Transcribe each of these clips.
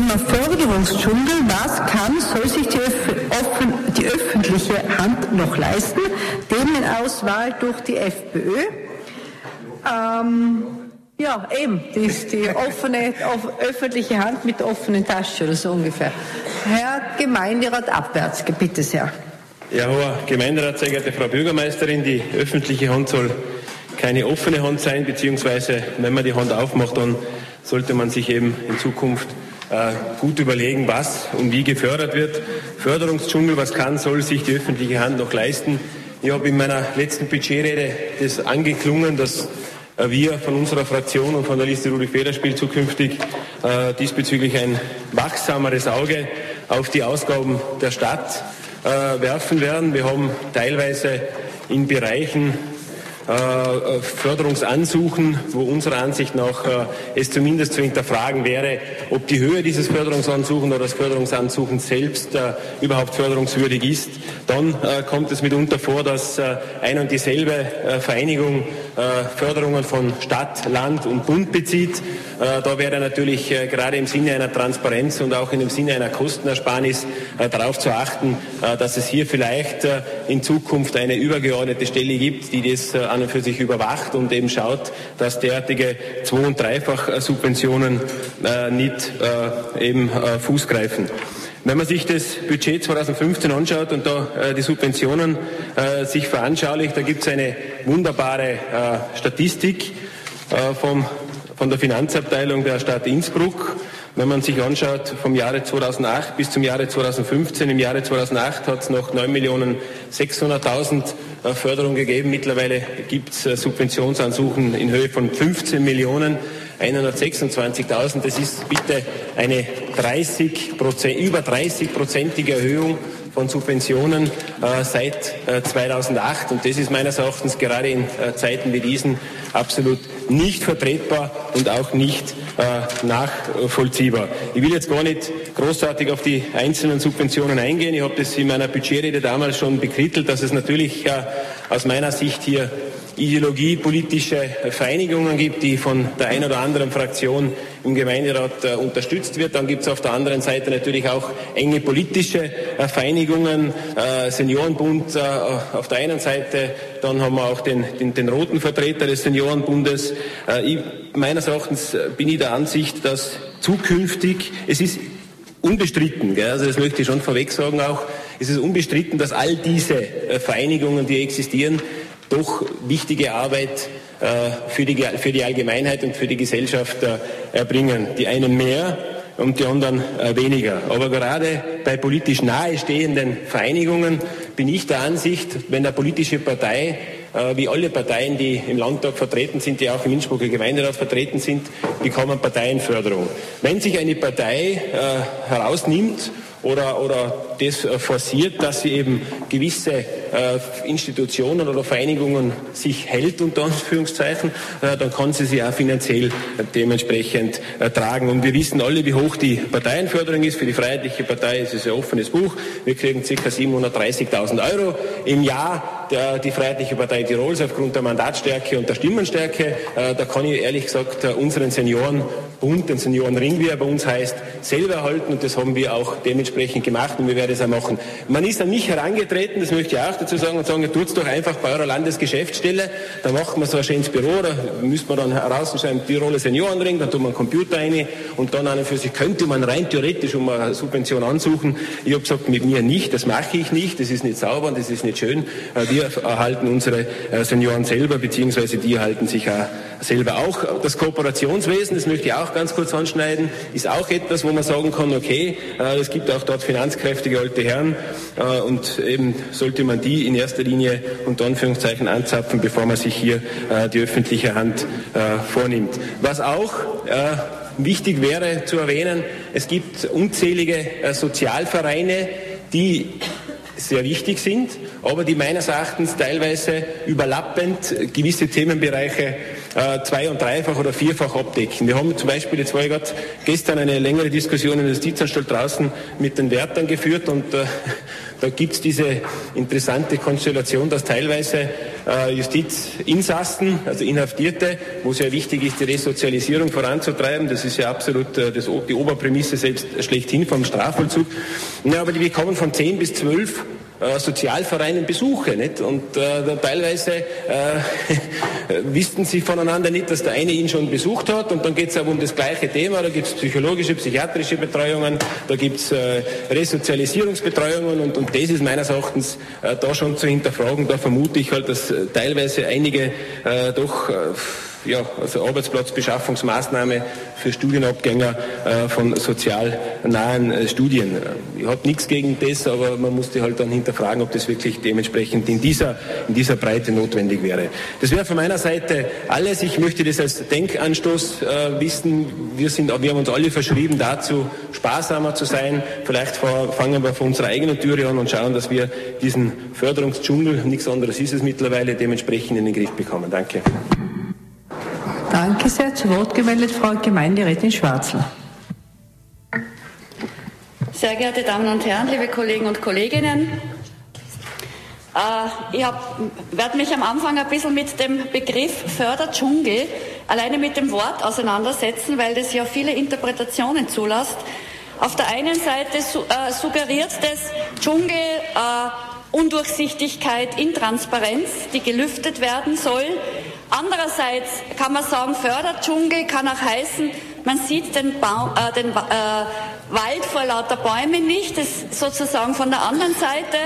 Thema Förderungsdschungel. Was kann, soll sich die öffentliche Hand noch leisten? Themenauswahl durch die FPÖ. Ja, eben, die offene öffentliche Hand mit offenen Taschen oder so ungefähr. Herr Gemeinderat Abwärts, bitte sehr. Ja, Herr Gemeinderat, sehr geehrte Frau Bürgermeisterin, die öffentliche Hand soll keine offene Hand sein, beziehungsweise wenn man die Hand aufmacht, dann sollte man sich eben in Zukunft gut überlegen, was und wie gefördert wird. Förderungsdschungel, was kann, soll sich die öffentliche Hand noch leisten. Ich habe in meiner letzten Budgetrede das angeklungen, dass wir von unserer Fraktion und von der Liste Rudi Federspiel zukünftig diesbezüglich ein wachsameres Auge auf die Ausgaben der Stadt werfen werden. Wir haben teilweise in Bereichen Förderungsansuchen, wo unserer Ansicht nach es zumindest zu hinterfragen wäre, ob die Höhe dieses Förderungsansuchen oder das Förderungsansuchen selbst überhaupt förderungswürdig ist. Dann kommt es mitunter vor, dass ein und dieselbe Vereinigung Förderungen von Stadt, Land und Bund bezieht. Da wäre natürlich gerade im Sinne einer Transparenz und auch in dem Sinne einer Kostenersparnis darauf zu achten, dass es hier vielleicht in Zukunft eine übergeordnete Stelle gibt, die das an und für sich überwacht und eben schaut, dass derartige Zwei- und Dreifach-Subventionen nicht Fuß greifen. Wenn man sich das Budget 2015 anschaut und da die Subventionen sich veranschaulicht, da gibt es eine wunderbare Statistik von der Finanzabteilung der Stadt Innsbruck. Wenn man sich anschaut, vom Jahre 2008 bis zum Jahre 2015, im Jahre 2008 hat es noch 9.600.000 Förderung gegeben. Mittlerweile gibt es Subventionsansuchen in Höhe von 15.126.000. Das ist bitte eine über 30-prozentige Erhöhung von Subventionen seit 2008. Und das ist meines Erachtens gerade in Zeiten wie diesen absolut nicht vertretbar und auch nicht nachvollziehbar. Ich will jetzt gar nicht großartig auf die einzelnen Subventionen eingehen. Ich habe das in meiner Budgetrede damals schon bekrittelt, dass es natürlich aus meiner Sicht hier ideologiepolitische Vereinigungen gibt, die von der einen oder anderen Fraktion im Gemeinderat unterstützt wird. Dann gibt es auf der anderen Seite natürlich auch enge politische Vereinigungen, Seniorenbund auf der einen Seite, dann haben wir auch den roten Vertreter des Seniorenbundes. Meines Erachtens bin ich der Ansicht, dass zukünftig, es ist unbestritten, also das möchte ich schon vorweg sagen auch, es ist unbestritten, dass all diese Vereinigungen, die existieren, doch wichtige Arbeit für die Allgemeinheit und für die Gesellschaft erbringen. Die einen mehr und die anderen weniger. Aber gerade bei politisch nahestehenden Vereinigungen bin ich der Ansicht, wenn eine politische Partei, wie alle Parteien, die im Landtag vertreten sind, die auch im Innsbrucker Gemeinderat vertreten sind, bekommen Parteienförderung. Wenn sich eine Partei herausnimmt oder das forciert, dass sie eben gewisse Institutionen oder Vereinigungen sich hält, unter Anführungszeichen, dann kann sie sich auch finanziell dementsprechend tragen. Und wir wissen alle, wie hoch die Parteienförderung ist. Für die Freiheitliche Partei ist es ein offenes Buch. Wir kriegen ca. 730.000 € im Jahr. Die Freiheitliche Partei Tirols aufgrund der Mandatsstärke und der Stimmenstärke. Da kann ich ehrlich gesagt unseren Seniorenbund, den Seniorenring, wie er bei uns heißt, selber erhalten. Und das haben wir auch dementsprechend gemacht und wir werden es auch machen. Man ist an mich herangetreten, das möchte ich auch dazu sagen, und sagen, tut's doch einfach bei eurer Landesgeschäftsstelle, da macht man so ein schönes Büro, da müsste man dann herausschreiben, Tiroler Seniorenring, dann tut man einen Computer rein und dann an und für sich könnte man rein theoretisch um eine Subvention ansuchen. Ich habe gesagt, mit mir nicht, das mache ich nicht, das ist nicht sauber und das ist nicht schön. Wir erhalten unsere Senioren selber, beziehungsweise die erhalten sich auch selber. Auch das Kooperationswesen, das möchte ich auch ganz kurz anschneiden, ist auch etwas, wo man sagen kann, okay, es gibt auch dort finanzkräftige alte Herren und eben sollte man die in erster Linie unter Anführungszeichen anzapfen, bevor man sich hier die öffentliche Hand vornimmt. Was auch wichtig wäre zu erwähnen, es gibt unzählige Sozialvereine, die sehr wichtig sind, aber die meines Erachtens teilweise überlappend gewisse Themenbereiche zwei- und dreifach oder vierfach abdecken. Wir haben zum Beispiel, jetzt war ich gerade gestern eine längere Diskussion in der Justizanstalt draußen mit den Wärtern geführt und da gibt es diese interessante Konstellation, dass teilweise Justizinsassen, also Inhaftierte, wo es ja wichtig ist, die Resozialisierung voranzutreiben, das ist ja absolut die Oberprämisse selbst schlechthin vom Strafvollzug, ja, aber die bekommen von 10 bis 12 Sozialvereinen Besuche, nicht? Und teilweise wissen sie voneinander nicht, dass der eine ihn schon besucht hat, und dann geht es aber um das gleiche Thema. Da gibt es psychologische, psychiatrische Betreuungen, da gibt es Resozialisierungsbetreuungen, und das ist meines Erachtens da schon zu hinterfragen. Da vermute ich halt, dass teilweise einige also Arbeitsplatzbeschaffungsmaßnahme für Studienabgänger von sozial nahen Studien. Ich habe nichts gegen das, aber man muss die halt dann hinterfragen, ob das wirklich dementsprechend in dieser Breite notwendig wäre. Das wäre von meiner Seite alles. Ich möchte das als Denkanstoß wissen. Wir haben uns alle verschrieben dazu, sparsamer zu sein. Vielleicht fangen wir von unserer eigenen Türe an und schauen, dass wir diesen Förderungsdschungel, nichts anderes ist es mittlerweile, dementsprechend in den Griff bekommen. Danke. Danke sehr. Zu Wort gemeldet Frau Gemeinderätin Schwarzl. Sehr geehrte Damen und Herren, liebe Kollegen und Kolleginnen, ich werde mich am Anfang ein bisschen mit dem Begriff Förderdschungel, alleine mit dem Wort auseinandersetzen, weil das ja viele Interpretationen zulässt. Auf der einen Seite suggeriert das Dschungel Undurchsichtigkeit, Intransparenz, die gelüftet werden soll. Andererseits kann man sagen, Förderdschungel kann auch heißen, man sieht den Wald vor lauter Bäumen nicht. Das ist sozusagen von der anderen Seite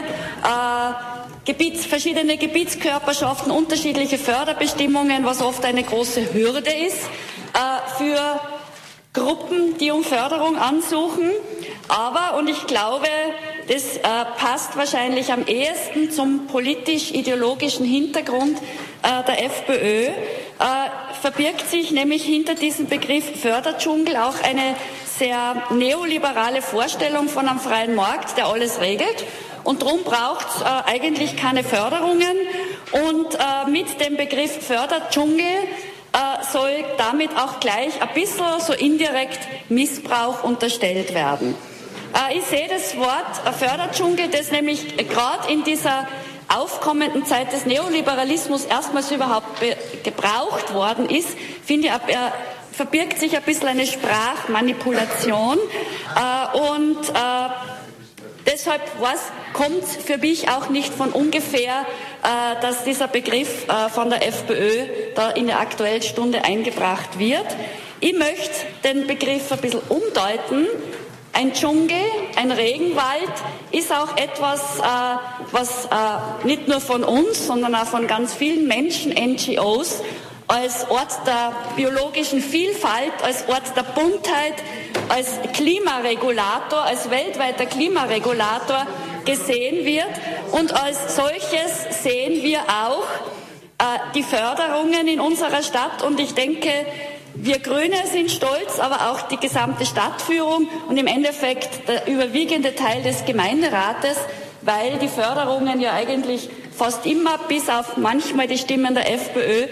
verschiedene Gebietskörperschaften, unterschiedliche Förderbestimmungen, was oft eine große Hürde ist für Gruppen, die um Förderung ansuchen. Aber, und ich glaube, das passt wahrscheinlich am ehesten zum politisch-ideologischen Hintergrund der FPÖ, verbirgt sich nämlich hinter diesem Begriff Förderdschungel auch eine sehr neoliberale Vorstellung von einem freien Markt, der alles regelt. Und darum braucht es eigentlich keine Förderungen. Und mit dem Begriff Förderdschungel soll damit auch gleich ein bisschen so indirekt Missbrauch unterstellt werden. Ich sehe das Wort Förderdschungel, das nämlich gerade in dieser aufkommenden Zeit des Neoliberalismus erstmals überhaupt gebraucht worden ist, finde ich, verbirgt sich ein bisschen eine Sprachmanipulation und deshalb kommt für mich auch nicht von ungefähr, dass dieser Begriff von der FPÖ da in der Aktuellen Stunde eingebracht wird. Ich möchte den Begriff ein bisschen umdeuten. Ein Dschungel, ein Regenwald ist auch etwas, was nicht nur von uns, sondern auch von ganz vielen Menschen, NGOs, als Ort der biologischen Vielfalt, als Ort der Buntheit, als Klimaregulator, als weltweiter Klimaregulator gesehen wird. Und als solches sehen wir auch die Förderungen in unserer Stadt. Und ich denke, wir Grüne sind stolz, aber auch die gesamte Stadtführung und im Endeffekt der überwiegende Teil des Gemeinderates, weil die Förderungen ja eigentlich fast immer, bis auf manchmal die Stimmen der FPÖ,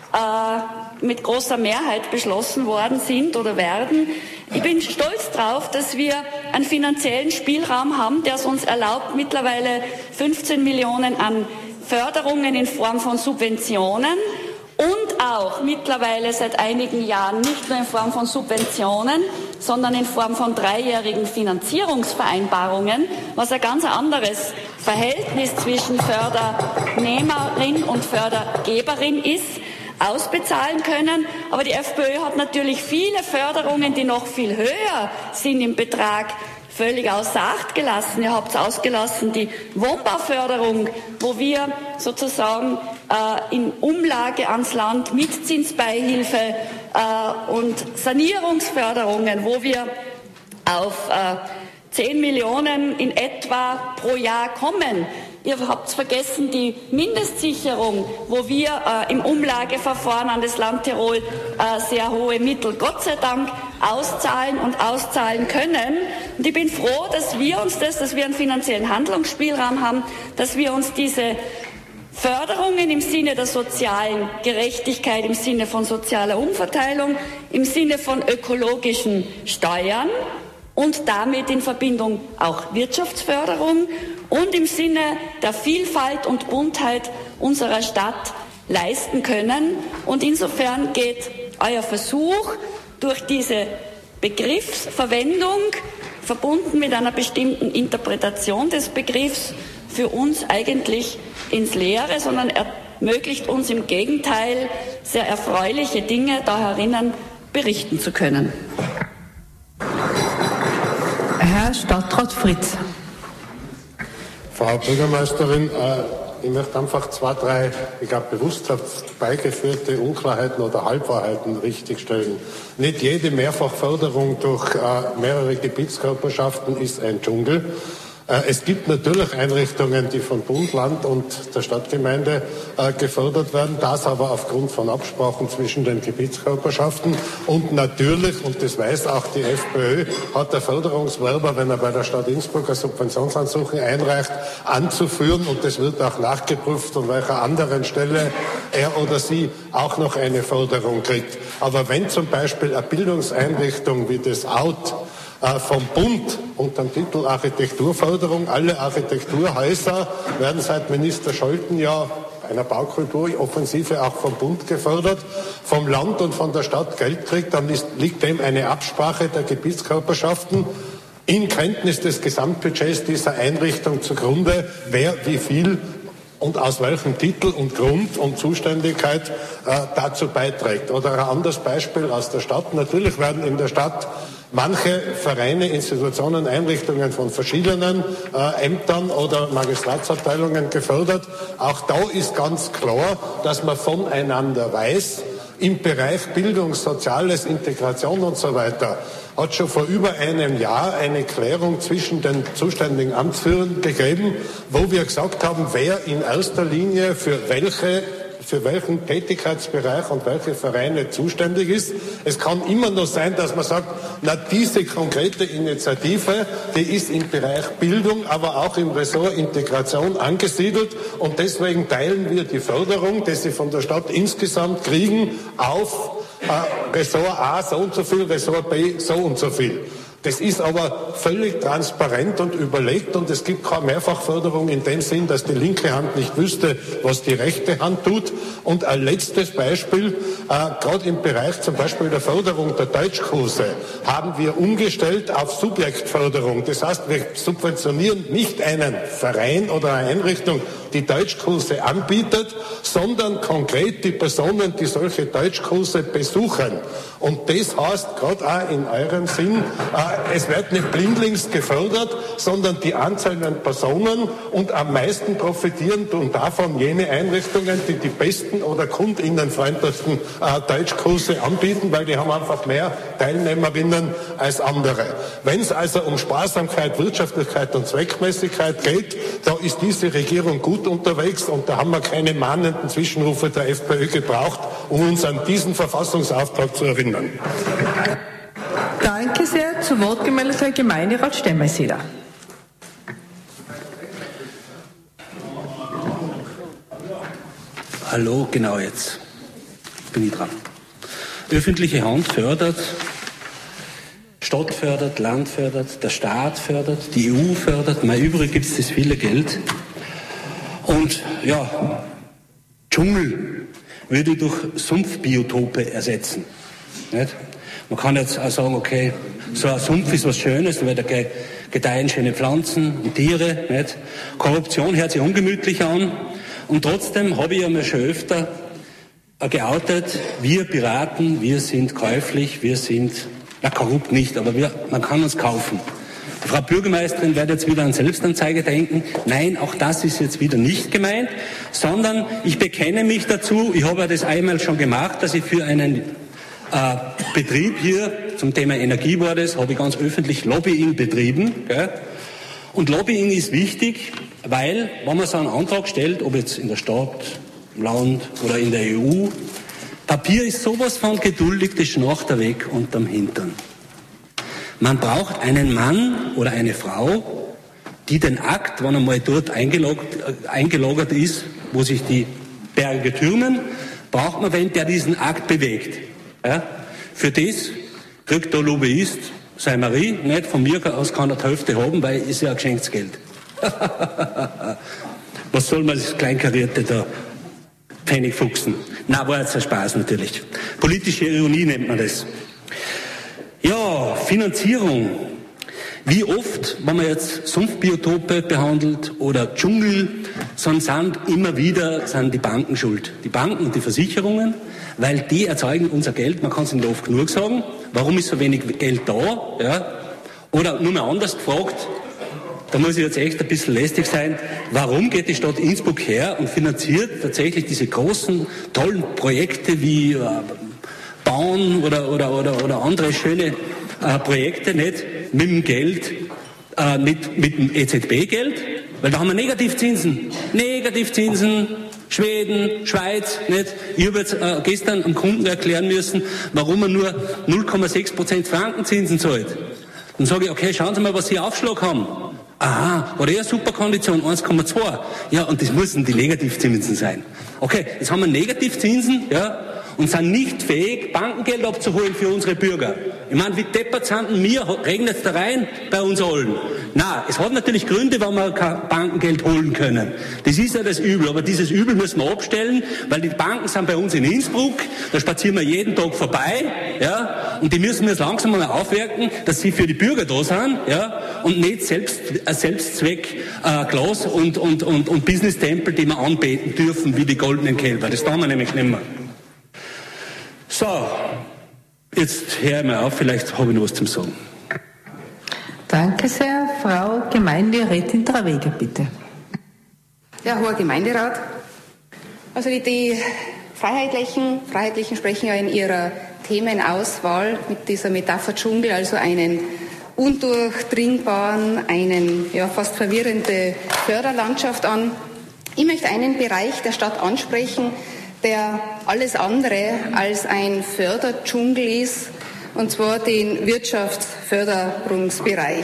mit großer Mehrheit beschlossen worden sind oder werden. Ich bin stolz darauf, dass wir einen finanziellen Spielraum haben, der es uns erlaubt, mittlerweile 15 Millionen an Förderungen in Form von Subventionen und auch mittlerweile seit einigen Jahren nicht nur in Form von Subventionen, sondern in Form von 3-jährigen Finanzierungsvereinbarungen, was ein ganz anderes Verhältnis zwischen Fördernehmerin und Fördergeberin ist, ausbezahlen können. Aber die FPÖ hat natürlich viele Förderungen, die noch viel höher sind im Betrag, völlig außer Acht gelassen. Ihr habt ausgelassen die Wohnbauförderung, wo wir sozusagen in Umlage ans Land, Mietzinsbeihilfe und Sanierungsförderungen, wo wir auf 10 Millionen in etwa pro Jahr kommen. Ihr habt vergessen die Mindestsicherung, wo wir im Umlageverfahren an das Land Tirol sehr hohe Mittel, Gott sei Dank, auszahlen und auszahlen können. Und ich bin froh, dass wir einen finanziellen Handlungsspielraum haben, dass wir uns diese Förderungen im Sinne der sozialen Gerechtigkeit, im Sinne von sozialer Umverteilung, im Sinne von ökologischen Steuern und damit in Verbindung auch Wirtschaftsförderung und im Sinne der Vielfalt und Buntheit unserer Stadt leisten können. Und insofern geht euer Versuch durch diese Begriffsverwendung, verbunden mit einer bestimmten Interpretation des Begriffs, für uns eigentlich ins Leere, sondern ermöglicht uns im Gegenteil, sehr erfreuliche Dinge da herinnen berichten zu können. Herr Stadtrat Fritz. Frau Bürgermeisterin, ich möchte einfach 2, 3, ich glaube, bewusst beigeführte Unklarheiten oder Halbwahrheiten richtigstellen. Nicht jede Mehrfachförderung durch mehrere Gebietskörperschaften ist ein Dschungel. Es gibt natürlich Einrichtungen, die von Bund, Land und der Stadtgemeinde gefördert werden, das aber aufgrund von Absprachen zwischen den Gebietskörperschaften. Und natürlich, und das weiß auch die FPÖ, hat der Förderungswerber, wenn er bei der Stadt Innsbruck eine Subventionsansuche einreicht, anzuführen, und das wird auch nachgeprüft, an welcher anderen Stelle er oder sie auch noch eine Förderung kriegt. Aber wenn zum Beispiel eine Bildungseinrichtung wie das Out vom Bund unter dem Titel Architekturförderung, alle Architekturhäuser werden seit Minister Scholten ja einer Baukulturoffensive auch vom Bund gefördert, vom Land und von der Stadt Geld kriegt, dann liegt dem eine Absprache der Gebietskörperschaften in Kenntnis des Gesamtbudgets dieser Einrichtung zugrunde, wer wie viel und aus welchem Titel und Grund und Zuständigkeit dazu beiträgt. Oder ein anderes Beispiel aus der Stadt. Natürlich werden in der Stadt manche Vereine, Institutionen, Einrichtungen von verschiedenen Ämtern oder Magistratsabteilungen gefördert. Auch da ist ganz klar, dass man voneinander weiß. Im Bereich Bildung, Soziales, Integration und so weiter hat schon vor über einem Jahr eine Klärung zwischen den zuständigen Amtsführern gegeben, wo wir gesagt haben, wer in erster Linie für welchen Tätigkeitsbereich und welche Vereine zuständig ist. Es kann immer nur sein, dass man sagt, na, diese konkrete Initiative, die ist im Bereich Bildung, aber auch im Ressort Integration angesiedelt, und deswegen teilen wir die Förderung, die sie von der Stadt insgesamt kriegen, auf Ressort A so und so viel, Ressort B so und so viel. Das ist aber völlig transparent und überlegt, und es gibt keine Mehrfachförderung in dem Sinn, dass die linke Hand nicht wüsste, was die rechte Hand tut. Und ein letztes Beispiel, gerade im Bereich zum Beispiel der Förderung der Deutschkurse haben wir umgestellt auf Subjektförderung. Das heißt, wir subventionieren nicht einen Verein oder eine Einrichtung, die Deutschkurse anbietet, sondern konkret die Personen, die solche Deutschkurse besuchen. Und das heißt, gerade auch in eurem Sinn, es wird nicht blindlings gefördert, sondern die einzelnen Personen, und am meisten profitieren tun davon jene Einrichtungen, die die besten oder kundinnenfreundlichsten Deutschkurse anbieten, weil die haben einfach mehr Teilnehmerinnen als andere. Wenn es also um Sparsamkeit, Wirtschaftlichkeit und Zweckmäßigkeit geht, da ist diese Regierung gut unterwegs, und da haben wir keine mahnenden Zwischenrufe der FPÖ gebraucht, um uns an diesen Verfassungsauftrag zu erinnern. Danke sehr. Zu Wort gemeldet Herr Gemeinderat Stemmeseder. Hallo, genau, jetzt bin ich dran. Öffentliche Hand fördert, Stadt fördert, Land fördert, der Staat fördert, die EU fördert, übrig gibt es das viele Geld. Und ja, Dschungel würde ich durch Sumpfbiotope ersetzen. Nicht? Man kann jetzt auch sagen, okay, so ein Sumpf ist was Schönes, weil da gedeihen schöne Pflanzen und Tiere. Nicht? Korruption hört sich ungemütlich an, und trotzdem habe ich ja mir schon öfter geoutet, wir Piraten, wir sind käuflich, wir sind, korrupt nicht, aber man kann uns kaufen. Die Frau Bürgermeisterin wird jetzt wieder an Selbstanzeige denken. Nein, auch das ist jetzt wieder nicht gemeint, sondern ich bekenne mich dazu, ich habe ja das einmal schon gemacht, dass ich für einen Betrieb hier, zum Thema Energie war das, habe ich ganz öffentlich Lobbying betrieben. Gell? Und Lobbying ist wichtig, weil, wenn man so einen Antrag stellt, ob jetzt in der Stadt, im Land oder in der EU, Papier ist sowas von geduldig, das schnarcht er weg unterm Hintern. Man braucht einen Mann oder eine Frau, die den Akt, wenn er mal dort eingelagert ist, wo sich die Berge türmen, braucht man wen, der diesen Akt bewegt. Ja? Für das kriegt der Lobbyist seine Marie, nicht von mir aus kann er die Hälfte haben, weil ist ja ein geschenktes Geld. Was soll man das Kleinkarierte da Pfennig fuchsen? Na, war jetzt ein Spaß natürlich. Politische Ironie nennt man das. Ja, Finanzierung. Wie oft, wenn man jetzt Sumpfbiotope behandelt oder Dschungel, sind immer wieder die Banken schuld. Die Banken und die Versicherungen, weil die erzeugen unser Geld. Man kann es nicht oft genug sagen. Warum ist so wenig Geld da? Ja? Oder nur mal anders gefragt, da muss ich jetzt echt ein bisschen lästig sein, warum geht die Stadt Innsbruck her und finanziert tatsächlich diese großen, tollen Projekte wie Bauen oder andere schöne Projekte nicht mit dem Geld, nicht mit dem EZB-Geld, weil da haben wir Negativzinsen, Schweden, Schweiz, nicht? Ich habe jetzt gestern einem Kunden erklären müssen, warum er nur 0,6% Frankenzinsen zahlt. Dann sage ich, okay, schauen Sie mal, was Sie Aufschlag haben. Aha, war eine super Kondition, 1,2. Ja, und das müssen die Negativzinsen sein. Okay, jetzt haben wir Negativzinsen, ja, und sind nicht fähig, Bankengeld abzuholen für unsere Bürger. Ich meine, wie deppert sind wir, regnet es da rein bei uns allen? Na, es hat natürlich Gründe, warum wir kein Bankengeld holen können. Das ist ja das Übel, aber dieses Übel müssen wir abstellen, weil die Banken sind bei uns in Innsbruck, da spazieren wir jeden Tag vorbei, ja, und die müssen wir jetzt langsam mal aufwerken, dass sie für die Bürger da sind, ja, und nicht Selbstzweck Glas und Business-Tempel, die wir anbeten dürfen, wie die goldenen Kälber. Das tun wir nämlich nicht mehr. So, jetzt höre ich mal auf, vielleicht habe ich noch was zum Sagen. Danke sehr. Frau Gemeinderätin Travega, bitte. Ja, hoher Gemeinderat. Also die Freiheitlichen sprechen ja in ihrer Themenauswahl mit dieser Metapher Dschungel, also einen undurchdringbaren, fast verwirrende Förderlandschaft an. Ich möchte einen Bereich der Stadt ansprechen, der alles andere als ein Förderdschungel ist, und zwar den Wirtschaftsförderungsbereich.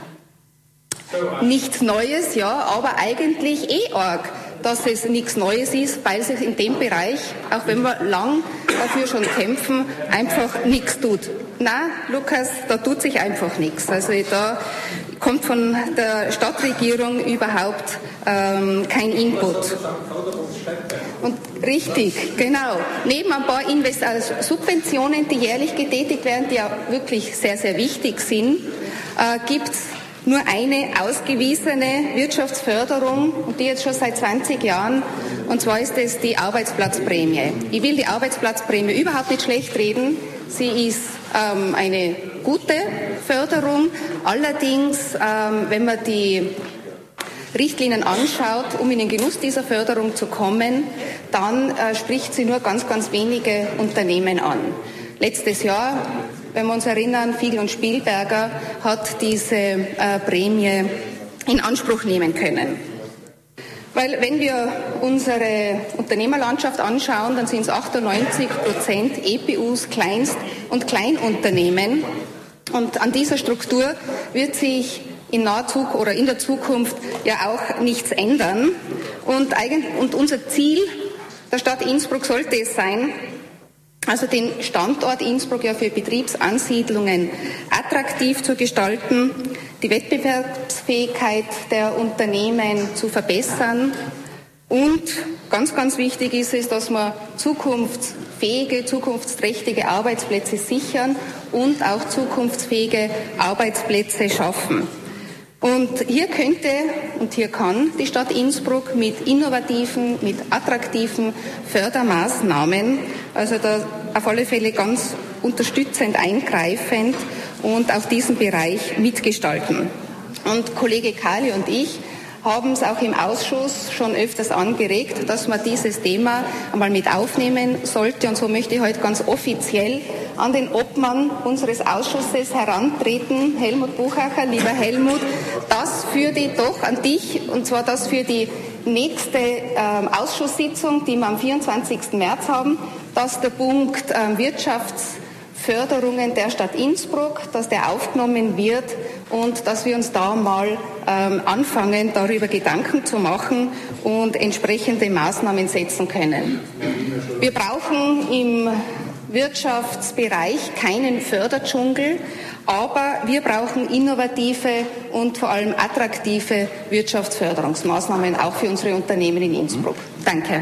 Nichts Neues, ja, aber eigentlich arg, dass es nichts Neues ist, weil sich in dem Bereich, auch wenn wir lang dafür schon kämpfen, einfach nichts tut. Na, Lukas, da tut sich einfach nichts. Also da kommt von der Stadtregierung überhaupt kein Input. Und richtig, genau. Neben ein paar Subventionen, die jährlich getätigt werden, die ja wirklich sehr, sehr wichtig sind, gibt es nur eine ausgewiesene Wirtschaftsförderung, und die jetzt schon seit 20 Jahren, und zwar ist es die Arbeitsplatzprämie. Ich will die Arbeitsplatzprämie überhaupt nicht schlecht reden. Sie ist eine gute Förderung. Allerdings, wenn man die Richtlinien anschaut, um in den Genuss dieser Förderung zu kommen, dann spricht sie nur ganz, ganz wenige Unternehmen an. Letztes Jahr, wenn wir uns erinnern, Fiegel und Spielberger hat diese Prämie in Anspruch nehmen können. Weil wenn wir unsere Unternehmerlandschaft anschauen, dann sind es 98% EPUs, Kleinst- und Kleinunternehmen. Und an dieser Struktur wird sich in der Zukunft ja auch nichts ändern. Und unser Ziel der Stadt Innsbruck sollte es sein, also den Standort Innsbruck ja für Betriebsansiedlungen attraktiv zu gestalten, die Wettbewerbsfähigkeit der Unternehmen zu verbessern, und ganz, ganz wichtig ist es, dass wir zukunftsfähige, zukunftsträchtige Arbeitsplätze sichern und auch zukunftsfähige Arbeitsplätze schaffen. Und hier könnte und hier kann die Stadt Innsbruck mit innovativen, mit attraktiven Fördermaßnahmen, also da auf alle Fälle ganz unterstützend, eingreifend, und auch diesen Bereich mitgestalten. Und Kollege Kali und ich haben es auch im Ausschuss schon öfters angeregt, dass man dieses Thema einmal mit aufnehmen sollte. Und so möchte ich heute ganz offiziell an den Obmann unseres Ausschusses herantreten, Helmut Buchacher. Lieber Helmut, das für an dich, und zwar das für die nächste Ausschusssitzung, die wir am 24. März haben, dass der Punkt Wirtschaftsförderungen der Stadt Innsbruck, dass der aufgenommen wird und dass wir uns da mal anfangen, darüber Gedanken zu machen und entsprechende Maßnahmen setzen können. Wir brauchen im Wirtschaftsbereich keinen Förderdschungel, aber wir brauchen innovative und vor allem attraktive Wirtschaftsförderungsmaßnahmen, auch für unsere Unternehmen in Innsbruck. Danke.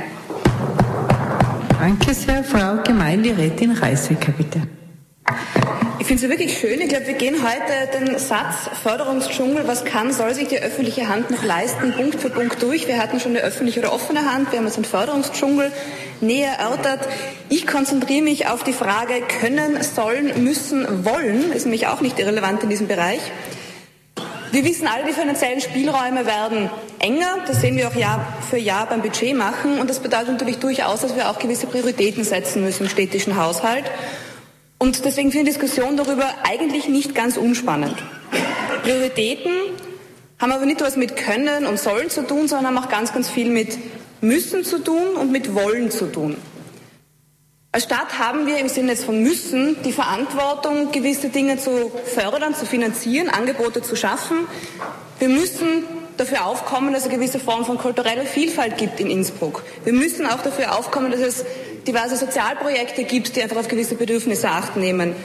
Danke sehr, Frau Gemeinderätin Reissecker, bitte. Ich finde es wirklich schön. Ich glaube, wir gehen heute den Satz Förderungsdschungel, was kann, soll sich die öffentliche Hand noch leisten, Punkt für Punkt durch. Wir hatten schon eine öffentliche oder offene Hand, wir haben jetzt den Förderungsdschungel näher erörtert. Ich konzentriere mich auf die Frage können, sollen, müssen, wollen, ist nämlich auch nicht irrelevant in diesem Bereich. Wir wissen alle, die finanziellen Spielräume werden enger. Das sehen wir auch Jahr für Jahr beim Budget machen. Und das bedeutet natürlich durchaus, dass wir auch gewisse Prioritäten setzen müssen im städtischen Haushalt. Und deswegen finde ich die Diskussion darüber eigentlich nicht ganz unspannend. Prioritäten haben aber nicht was mit Können und Sollen zu tun, sondern haben auch ganz, ganz viel mit Müssen zu tun und mit Wollen zu tun. Als Staat haben wir im Sinne jetzt von Müssen die Verantwortung, gewisse Dinge zu fördern, zu finanzieren, Angebote zu schaffen. Wir müssen dafür aufkommen, dass es eine gewisse Form von kultureller Vielfalt gibt in Innsbruck. Wir müssen auch dafür aufkommen, dass es diverse Sozialprojekte gibt, die einfach auf gewisse Bedürfnisse Acht nehmen.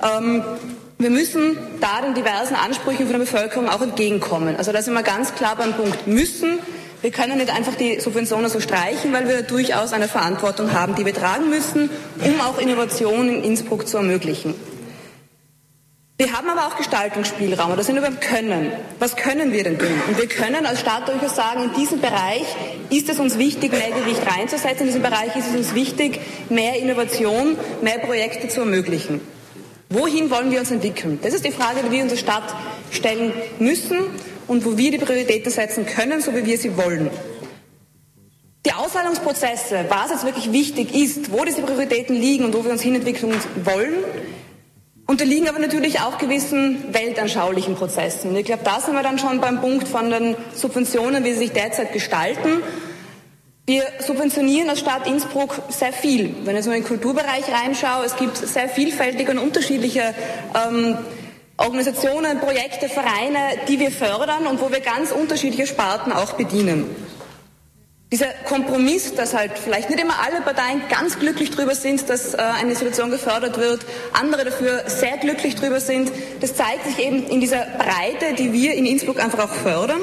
Wir müssen da den diversen Ansprüchen von der Bevölkerung auch entgegenkommen. Also da sind wir ganz klar beim Punkt müssen. Wir können nicht einfach die Subventionen so streichen, weil wir durchaus eine Verantwortung haben, die wir tragen müssen, um auch Innovation in Innsbruck zu ermöglichen. Wir haben aber auch Gestaltungsspielraum, das sind wir beim Können. Was können wir denn tun? Und wir können als Staat durchaus sagen, in diesem Bereich ist es uns wichtig, mehr Gewicht reinzusetzen, in diesem Bereich ist es uns wichtig, mehr Innovation, mehr Projekte zu ermöglichen. Wohin wollen wir uns entwickeln? Das ist die Frage, die wir uns als Stadt stellen müssen und wo wir die Prioritäten setzen können, so wie wir sie wollen. Die Auswahlungsprozesse, was jetzt wirklich wichtig ist, wo diese Prioritäten liegen und wo wir uns hinentwickeln wollen, unterliegen aber natürlich auch gewissen weltanschaulichen Prozessen. Und ich glaube, da sind wir dann schon beim Punkt von den Subventionen, wie sie sich derzeit gestalten. Wir subventionieren als Stadt Innsbruck sehr viel. Wenn ich jetzt nur in den Kulturbereich reinschaue, es gibt sehr vielfältige und unterschiedliche Organisationen, Projekte, Vereine, die wir fördern und wo wir ganz unterschiedliche Sparten auch bedienen. Dieser Kompromiss, dass halt vielleicht nicht immer alle Parteien ganz glücklich drüber sind, dass eine Institution gefördert wird, andere dafür sehr glücklich drüber sind, das zeigt sich eben in dieser Breite, die wir in Innsbruck einfach auch fördern.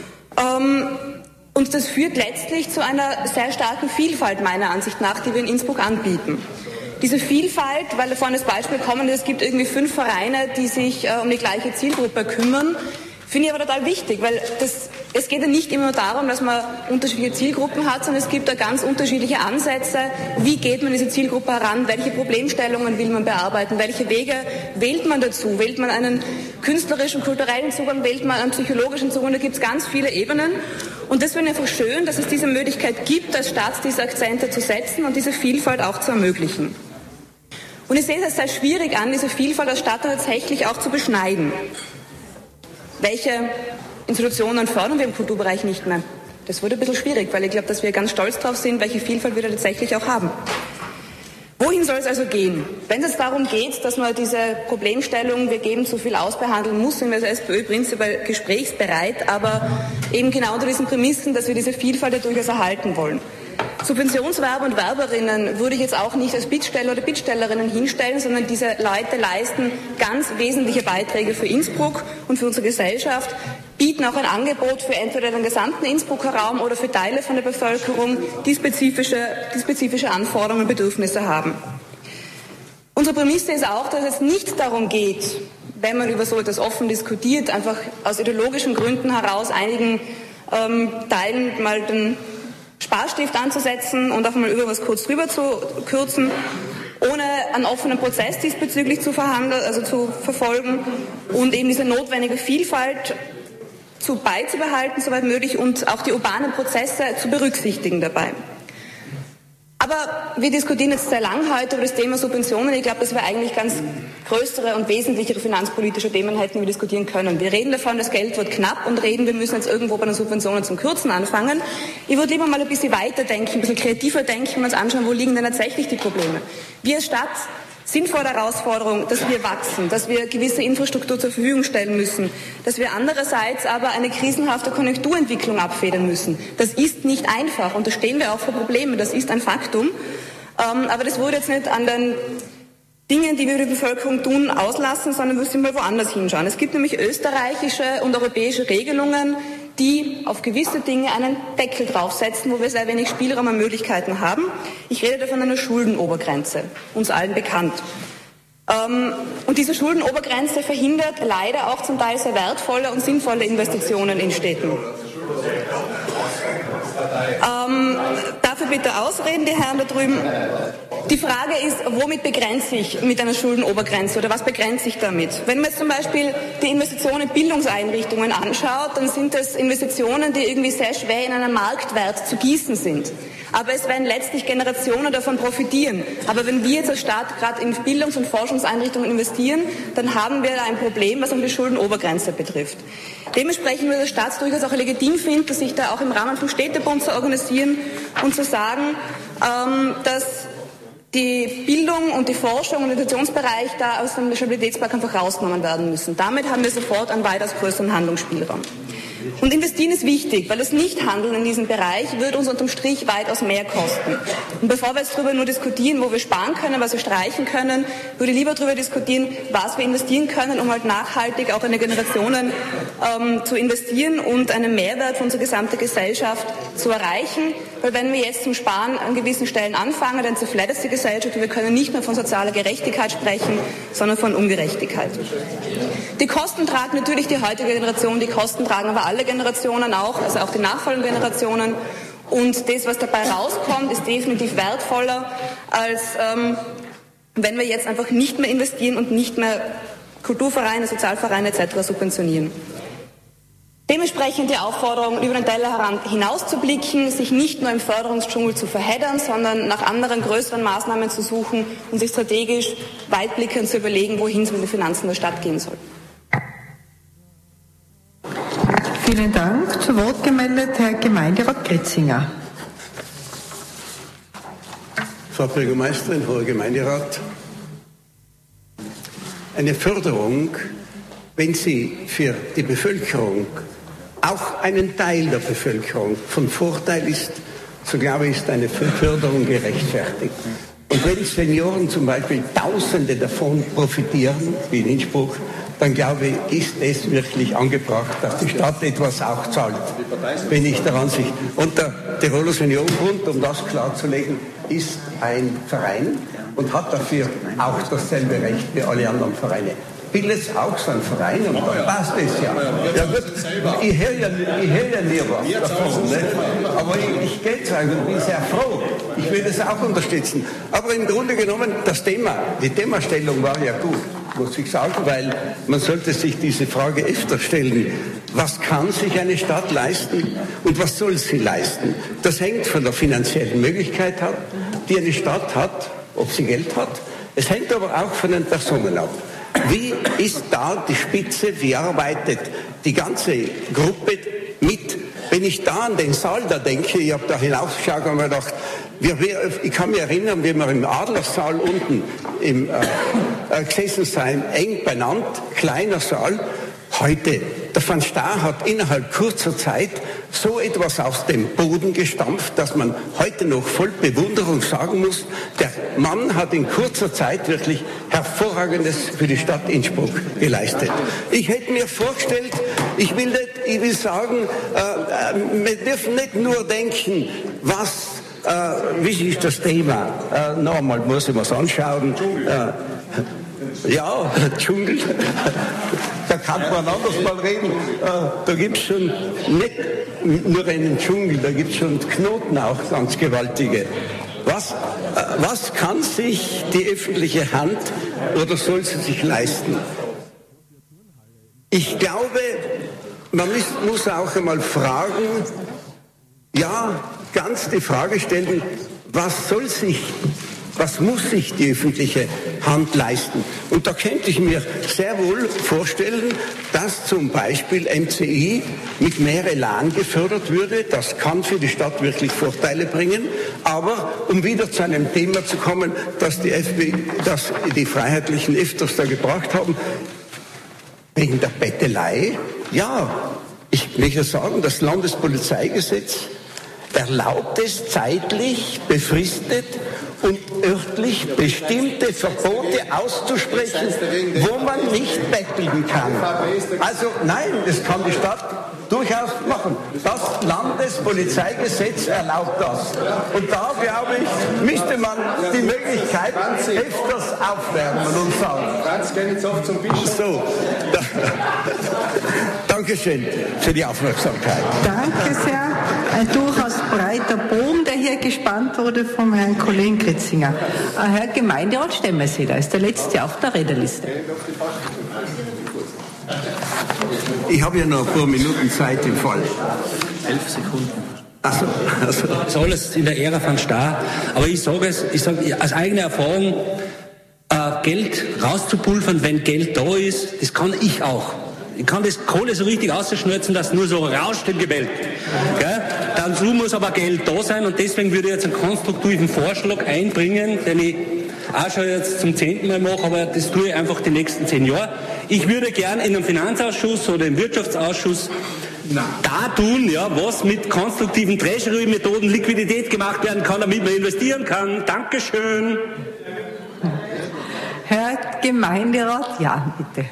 Und das führt letztlich zu einer sehr starken Vielfalt meiner Ansicht nach, die wir in Innsbruck anbieten. Diese Vielfalt, weil da vorhin das Beispiel kommen, es gibt irgendwie 5 Vereine, die sich um die gleiche Zielgruppe kümmern, finde ich aber total wichtig, weil es geht ja nicht immer nur darum, dass man unterschiedliche Zielgruppen hat, sondern es gibt da ganz unterschiedliche Ansätze. Wie geht man diese Zielgruppe heran? Welche Problemstellungen will man bearbeiten? Welche Wege wählt man dazu? Wählt man einen künstlerischen, kulturellen Zugang? Wählt man einen psychologischen Zugang? Da gibt es ganz viele Ebenen. Und das wäre einfach schön, dass es diese Möglichkeit gibt, als Stadt diese Akzente zu setzen und diese Vielfalt auch zu ermöglichen. Und ich sehe es als sehr schwierig an, diese Vielfalt als Stadt tatsächlich auch zu beschneiden. Welche Institutionen fördern wir im Kulturbereich nicht mehr? Das wurde ein bisschen schwierig, weil ich glaube, dass wir ganz stolz darauf sind, welche Vielfalt wir da tatsächlich auch haben. Wohin soll es also gehen? Wenn es darum geht, dass man diese Problemstellung, wir geben zu viel aus, behandeln muss, sind wir als SPÖ prinzipiell gesprächsbereit, aber eben genau unter diesen Prämissen, dass wir diese Vielfalt ja durchaus erhalten wollen. Subventionswerber und Werberinnen würde ich jetzt auch nicht als Bittsteller oder Bittstellerinnen hinstellen, sondern diese Leute leisten ganz wesentliche Beiträge für Innsbruck und für unsere Gesellschaft, bieten auch ein Angebot für entweder den gesamten Innsbrucker Raum oder für Teile von der Bevölkerung, die spezifische Anforderungen und Bedürfnisse haben. Unsere Prämisse ist auch, dass es nicht darum geht, wenn man über so etwas offen diskutiert, einfach aus ideologischen Gründen heraus einigen Teilen mal den Sparstift anzusetzen und auch mal über was kurz drüber zu kürzen, ohne einen offenen Prozess diesbezüglich zu verfolgen und eben diese notwendige Vielfalt beizubehalten, soweit möglich, und auch die urbanen Prozesse zu berücksichtigen dabei. Aber wir diskutieren jetzt sehr lang heute über das Thema Subventionen. Ich glaube, dass wir eigentlich ganz größere und wesentlichere finanzpolitische Themen hätten, die wir diskutieren können. Wir reden davon, das Geld wird knapp und wir müssen jetzt irgendwo bei den Subventionen zum Kürzen anfangen. Ich würde lieber mal ein bisschen weiter denken, ein bisschen kreativer denken und uns anschauen, wo liegen denn tatsächlich die Probleme. Wir als Stadt sinnvolle Herausforderung, dass wir wachsen, dass wir gewisse Infrastruktur zur Verfügung stellen müssen, dass wir andererseits aber eine krisenhafte Konjunkturentwicklung abfedern müssen. Das ist nicht einfach und da stehen wir auch vor Problemen, das ist ein Faktum. Aber das wurde jetzt nicht an den Dingen, die wir die Bevölkerung tun, auslassen, sondern wir müssen mal woanders hinschauen. Es gibt nämlich österreichische und europäische Regelungen, die auf gewisse Dinge einen Deckel draufsetzen, wo wir sehr wenig Spielraum und Möglichkeiten haben. Ich rede da von einer Schuldenobergrenze, uns allen bekannt. Und diese Schuldenobergrenze verhindert leider auch zum Teil sehr wertvolle und sinnvolle Investitionen in Städten. Dafür bitte ausreden, die Herren da drüben. Die Frage ist, womit begrenze ich mit einer Schuldenobergrenze oder was begrenze ich damit? Wenn man jetzt zum Beispiel die Investitionen in Bildungseinrichtungen anschaut, dann sind das Investitionen, die irgendwie sehr schwer in einen Marktwert zu gießen sind. Aber es werden letztlich Generationen davon profitieren. Aber wenn wir jetzt als Staat gerade in Bildungs- und Forschungseinrichtungen investieren, dann haben wir ein Problem, was die Schuldenobergrenze betrifft. Dementsprechend würde der Staat durchaus auch legitim finden, sich da auch im Rahmen vom Städtebund zu organisieren und zu sagen, dass die Bildung und die Forschung und der Innovationsbereich da aus dem Stabilitätspakt einfach rausgenommen werden müssen. Damit haben wir sofort einen weitaus größeren Handlungsspielraum. Und investieren ist wichtig, weil das Nichthandeln in diesem Bereich würde uns unterm Strich weitaus mehr kosten. Und bevor wir jetzt darüber nur diskutieren, wo wir sparen können, was wir streichen können, würde ich lieber darüber diskutieren, was wir investieren können, um halt nachhaltig auch in die Generationen zu investieren und einen Mehrwert für unsere gesamte Gesellschaft zu erreichen. Weil wenn wir jetzt zum Sparen an gewissen Stellen anfangen, dann zerfleddert die Gesellschaft und wir können nicht mehr von sozialer Gerechtigkeit sprechen, sondern von Ungerechtigkeit. Die Kosten tragen natürlich die heutige Generation, die Kosten tragen aber alle Generationen auch, also auch die nachfolgenden Generationen. Und das, was dabei rauskommt, ist definitiv wertvoller, als wenn wir jetzt einfach nicht mehr investieren und nicht mehr Kulturvereine, Sozialvereine etc. subventionieren. Dementsprechend die Aufforderung, über den Tellerrand hinauszublicken, sich nicht nur im Förderungsdschungel zu verheddern, sondern nach anderen größeren Maßnahmen zu suchen und sich strategisch weitblickend zu überlegen, wohin es mit den Finanzen der Stadt gehen soll. Vielen Dank. Zu Wort gemeldet Herr Gemeinderat Gritzinger. Frau Bürgermeisterin, Hoher Gemeinderat, eine Förderung, wenn sie für die Bevölkerung, auch einen Teil der Bevölkerung, von Vorteil ist, so glaube ich, ist eine Förderung gerechtfertigt. Und wenn Senioren zum Beispiel Tausende davon profitieren, wie in Innsbruck, dann glaube ich, ist es wirklich angebracht, dass die Stadt etwas auch zahlt. Bin ich der Ansicht. Und der Tiroler Seniorenbund, um das klarzulegen, ist ein Verein und hat dafür auch dasselbe Recht wie alle anderen Vereine. Bildet auch so ein Verein und dann passt es ja. Ja gut, ich höre ja nie was davon. Ne? Aber ich gehe zu euch und bin sehr froh. Ich will das auch unterstützen. Aber im Grunde genommen, die Themastellung war ja gut, muss ich sagen, weil man sollte sich diese Frage öfter stellen. Was kann sich eine Stadt leisten und was soll sie leisten? Das hängt von der finanziellen Möglichkeit ab, die eine Stadt hat, ob sie Geld hat. Es hängt aber auch von den Personen ab. Wie ist da die Spitze, wie arbeitet die ganze Gruppe mit? Wenn ich da an den Saal da denke, ich habe da hinausgeschaut und mir gedacht, ich kann mich erinnern, wie wir im Adlersaal unten gesessen sind, eng beieinander, kleiner Saal. Heute, der Van Staar hat innerhalb kurzer Zeit so etwas aus dem Boden gestampft, dass man heute noch voll Bewunderung sagen muss, der Mann hat in kurzer Zeit wirklich Hervorragendes für die Stadt Innsbruck geleistet. Ich hätte mir vorgestellt, ich will sagen, wir dürfen nicht nur denken, wie ist das Thema? Nochmal muss ich was anschauen. Ja, Dschungel, da kann man anders mal reden. Da gibt es schon nicht nur einen Dschungel, da gibt es schon Knoten auch ganz gewaltige. Was kann sich die öffentliche Hand oder soll sie sich leisten? Ich glaube, man muss auch einmal fragen, ganz die Frage stellen, was muss sich die öffentliche Hand leisten. Und da könnte ich mir sehr wohl vorstellen, dass zum Beispiel MCI mit mehr Elan gefördert würde. Das kann für die Stadt wirklich Vorteile bringen. Aber um wieder zu einem Thema zu kommen, das die Freiheitlichen öfters da gebracht haben, wegen der Bettelei, ja, ich möchte sagen, das Landespolizeigesetz erlaubt es zeitlich befristet und örtlich bestimmte Verbote auszusprechen, wo man nicht betteln kann. Also nein, das kann die Stadt durchaus machen. Das Landespolizeigesetz erlaubt das. Und da, glaube ich, müsste man die Möglichkeit öfters aufwärmen und sagen. Ganz gerne jetzt auf zum Bischof. So. Dankeschön für die Aufmerksamkeit. Danke sehr. Ein durchaus breiter Bogen, der hier gespannt wurde vom Herrn Kollegen Kritzinger. Herr Gemeinderat Stemmeseder ist der Letzte auf der Rednerliste. Ich habe ja noch ein paar Minuten Zeit im Fall. 11 Sekunden. Also. Das ist alles in der Ära von Stahr. Aber ich sage aus eigener Erfahrung, Geld rauszupulvern, wenn Geld da ist, das kann ich auch. Ich kann das Kohle so richtig ausschnürzen, dass nur so rauscht im Gebälk. Dazu muss aber Geld da sein und deswegen würde ich jetzt einen konstruktiven Vorschlag einbringen, den ich auch schon jetzt zum 10. Mal mache, aber das tue ich einfach die nächsten 10 Jahre. Ich würde gern in einem Finanzausschuss oder im Wirtschaftsausschuss da tun, ja, was mit konstruktiven Treasury-Methoden Liquidität gemacht werden kann, damit man investieren kann. Dankeschön. Herr Gemeinderat, ja, bitte.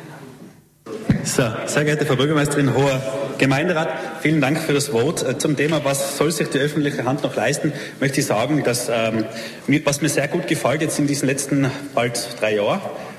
So, sehr geehrte Frau Bürgermeisterin, hoher Gemeinderat, vielen Dank für das Wort. Zum Thema, was soll sich die öffentliche Hand noch leisten, möchte ich sagen, dass was mir sehr gut gefällt jetzt in diesen letzten bald 3 Jahren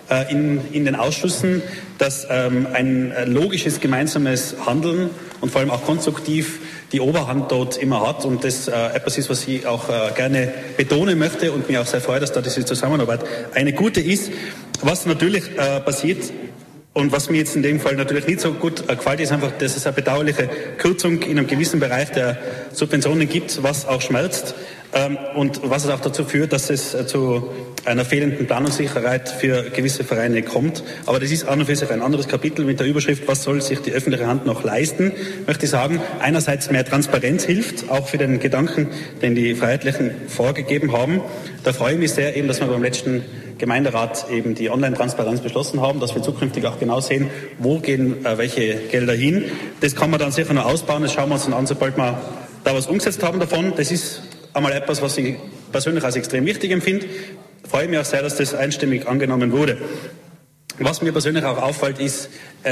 in den Ausschüssen, dass ein logisches gemeinsames Handeln und vor allem auch konstruktiv die Oberhand dort immer hat und das etwas ist, was ich auch gerne betonen möchte und mich auch sehr freue, dass da diese Zusammenarbeit eine gute ist. Was natürlich passiert, und was mir jetzt in dem Fall natürlich nicht so gut gefällt, ist einfach, dass es eine bedauerliche Kürzung in einem gewissen Bereich der Subventionen gibt, was auch schmerzt und was es auch dazu führt, dass es zu einer fehlenden Planungssicherheit für gewisse Vereine kommt. Aber das ist an und für sich ein anderes Kapitel mit der Überschrift, was soll sich die öffentliche Hand noch leisten, möchte ich sagen. Einerseits mehr Transparenz hilft, auch für den Gedanken, den die Freiheitlichen vorgegeben haben. Da freue ich mich sehr eben, dass wir beim letzten Gemeinderat eben die Online-Transparenz beschlossen haben, dass wir zukünftig auch genau sehen, wo gehen welche Gelder hin. Das kann man dann sicher noch ausbauen, das schauen wir uns dann an, sobald wir da was umgesetzt haben davon. Das ist einmal etwas, was ich persönlich als extrem wichtig empfinde. Ich freue mich auch sehr, dass das einstimmig angenommen wurde. Was mir persönlich auch auffällt, ist,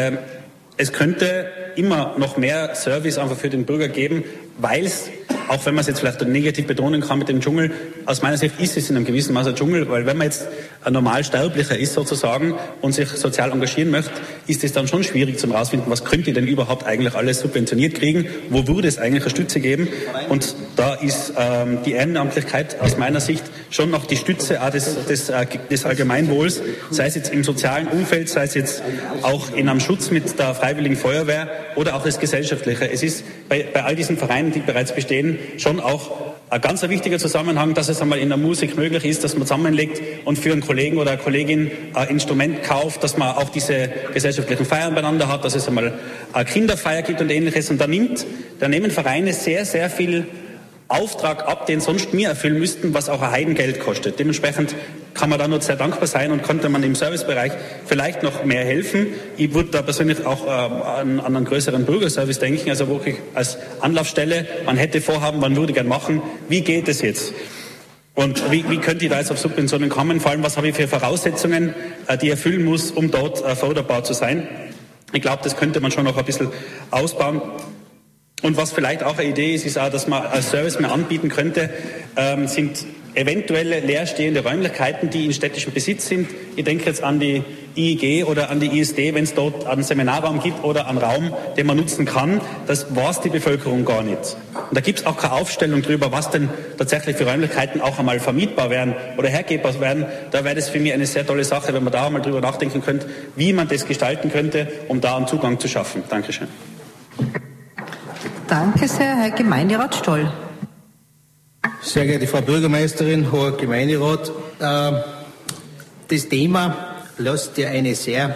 es könnte immer noch mehr Service einfach für den Bürger geben, weil es, auch wenn man es jetzt vielleicht negativ betonen kann mit dem Dschungel, aus meiner Sicht ist es in einem gewissen Maße ein Dschungel, weil wenn man jetzt ein normal Sterblicher ist sozusagen und sich sozial engagieren möchte, ist es dann schon schwierig zum rausfinden, was könnte ich denn überhaupt eigentlich alles subventioniert kriegen, wo würde es eigentlich eine Stütze geben, und da ist die Ehrenamtlichkeit aus meiner Sicht schon noch die Stütze auch des Allgemeinwohls, sei es jetzt im sozialen Umfeld, sei es jetzt auch in einem Schutz mit der Freiwilligen Feuerwehr oder auch das Gesellschaftliche. Es ist bei all diesen Vereinen, die bereits bestehen, schon auch ein ganz wichtiger Zusammenhang, dass es einmal in der Musik möglich ist, dass man zusammenlegt und für einen Kollegen oder eine Kollegin ein Instrument kauft, dass man auch diese gesellschaftlichen Feiern beieinander hat, dass es einmal eine Kinderfeier gibt und Ähnliches. Und da nehmen Vereine sehr, sehr viel Auftrag ab, den sonst wir erfüllen müssten, was auch ein Heidengeld kostet. Dementsprechend kann man da nur sehr dankbar sein und könnte man im Servicebereich vielleicht noch mehr helfen. Ich würde da persönlich auch an einen größeren Bürgerservice denken, also wirklich als Anlaufstelle, man hätte Vorhaben, man würde gern machen, wie geht es jetzt? Und wie könnte ich da jetzt auf Subventionen kommen? Vor allem, was habe ich für Voraussetzungen, die ich erfüllen muss, um dort förderbar zu sein? Ich glaube, das könnte man schon noch ein bisschen ausbauen. Und was vielleicht auch eine Idee ist, ist auch, dass man als Service mehr anbieten könnte, sind eventuelle leerstehende Räumlichkeiten, die in städtischem Besitz sind. Ich denke jetzt an die IEG oder an die ISD, wenn es dort einen Seminarraum gibt oder einen Raum, den man nutzen kann. Das weiß die Bevölkerung gar nicht. Und da gibt es auch keine Aufstellung darüber, was denn tatsächlich für Räumlichkeiten auch einmal vermietbar wären oder hergebbar wären. Da wäre das für mich eine sehr tolle Sache, wenn man da einmal drüber nachdenken könnte, wie man das gestalten könnte, um da einen Zugang zu schaffen. Dankeschön. Danke sehr, Herr Gemeinderat Stoll. Sehr geehrte Frau Bürgermeisterin, hoher Gemeinderat, Das Thema lässt ja eine sehr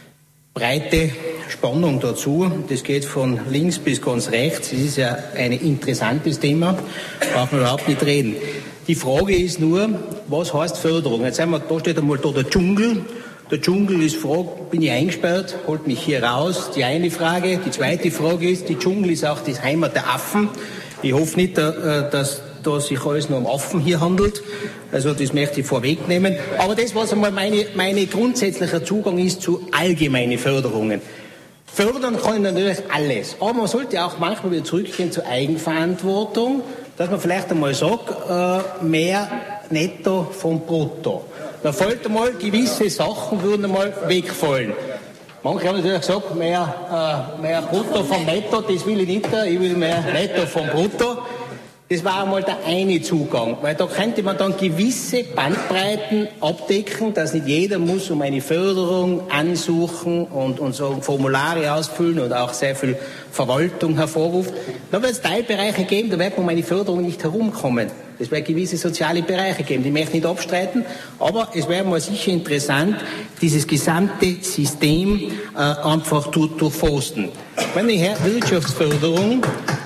breite Spannung dazu. Das geht von links bis ganz rechts. Es ist ja ein interessantes Thema, braucht man überhaupt nicht reden. Die Frage ist nur, was heißt Förderung? Jetzt da steht einmal da der Dschungel. Der Dschungel ist Frage, bin ich eingesperrt, holt mich hier raus? Die eine Frage. Die zweite Frage ist, die Dschungel ist auch die Heimat der Affen. Ich hoffe nicht, dass da sich alles nur um Affen hier handelt. Also das möchte ich vorwegnehmen. Aber das, was einmal meine grundsätzlicher Zugang ist zu allgemeinen Förderungen. Fördern kann ich natürlich alles. Aber man sollte auch manchmal wieder zurückgehen zur Eigenverantwortung, dass man vielleicht einmal sagt, mehr netto vom Brutto. Da fällt einmal, gewisse Sachen würden einmal wegfallen. Manche haben natürlich gesagt, mehr Brutto vom Netto, das will ich nicht, ich will mehr Netto vom Brutto. Das war einmal der eine Zugang, weil da könnte man dann gewisse Bandbreiten abdecken, dass nicht jeder muss um eine Förderung ansuchen und so Formulare ausfüllen und auch sehr viel Verwaltung hervorruft. Da wird es Teilbereiche geben, da wird man um eine Förderung nicht herumkommen. Es wird gewisse soziale Bereiche geben, die möchte ich nicht abstreiten, aber es wäre mal sicher interessant, dieses gesamte System einfach durchforsten. Meine Herren, Wirtschaftsförderung,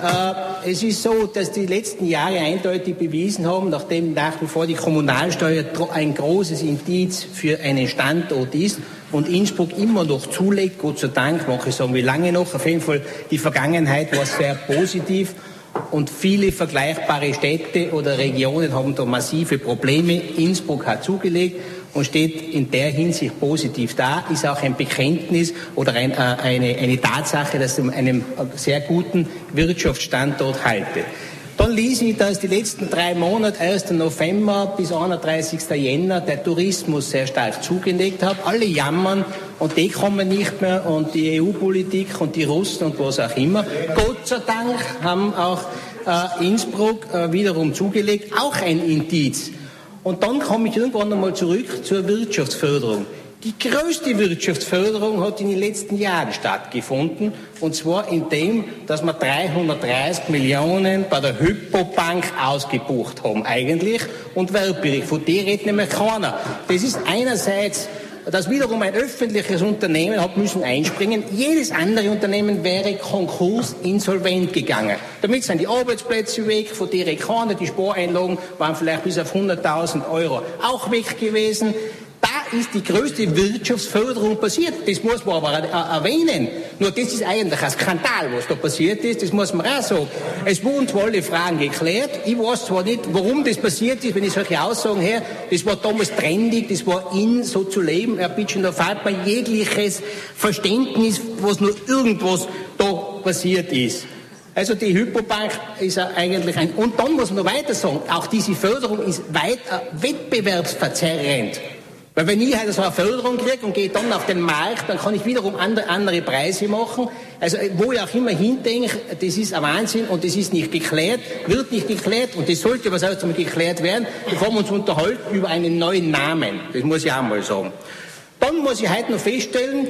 es ist so, dass die letzten Jahre eindeutig bewiesen haben, nachdem nach wie vor die Kommunalsteuer ein großes Indiz für einen Standort ist und Innsbruck immer noch zulegt, Gott sei Dank, manche sagen wie lange noch, auf jeden Fall die Vergangenheit war sehr positiv. Und viele vergleichbare Städte oder Regionen haben da massive Probleme. Innsbruck hat zugelegt und steht in der Hinsicht positiv da, ist auch ein Bekenntnis oder eine Tatsache, dass ich einen sehr guten Wirtschaftsstandort halte. Dann lese ich, dass die letzten 3 Monate, 1. November bis 31. Jänner, der Tourismus sehr stark zugelegt hat. Alle jammern und die kommen nicht mehr und die EU-Politik und die Russen und was auch immer. Gott sei Dank haben auch Innsbruck wiederum zugelegt, auch ein Indiz. Und dann komme ich irgendwann einmal zurück zur Wirtschaftsförderung. Die größte Wirtschaftsförderung hat in den letzten Jahren stattgefunden, und zwar in dem, dass wir 330 Millionen bei der Hypo-Bank ausgebucht haben eigentlich und Wertbericht. Von der redet nämlich keiner. Das ist einerseits, dass wiederum ein öffentliches Unternehmen hat müssen einspringen. Jedes andere Unternehmen wäre Konkurs, insolvent gegangen. Damit sind die Arbeitsplätze weg, von der keiner, die Spareinlagen waren vielleicht bis auf 100.000 Euro auch weg gewesen. Da ist die größte Wirtschaftsförderung passiert. Das muss man aber erwähnen. Nur das ist eigentlich ein Skandal, was da passiert ist. Das muss man auch sagen. Es wurden zwar alle Fragen geklärt. Ich weiß zwar nicht, warum das passiert ist, wenn ich solche Aussagen her. Das war damals trendig, das war in, so zu leben. Herr Bitschen, da fehlt mir jegliches Verständnis, was nur irgendwas da passiert ist. Also die Hypobank ist eigentlich und dann muss man noch weiter sagen, auch diese Förderung ist weiter wettbewerbsverzerrend. Weil wenn ich halt so eine Förderung kriege und gehe dann auf den Markt, dann kann ich wiederum andere Preise machen. Also wo ich auch immer hindenke, das ist ein Wahnsinn und das ist nicht geklärt, wird nicht geklärt und das sollte was auch geklärt werden, bevor wir uns unterhalten über einen neuen Namen. Das muss ich auch mal sagen. Dann muss ich heute noch feststellen,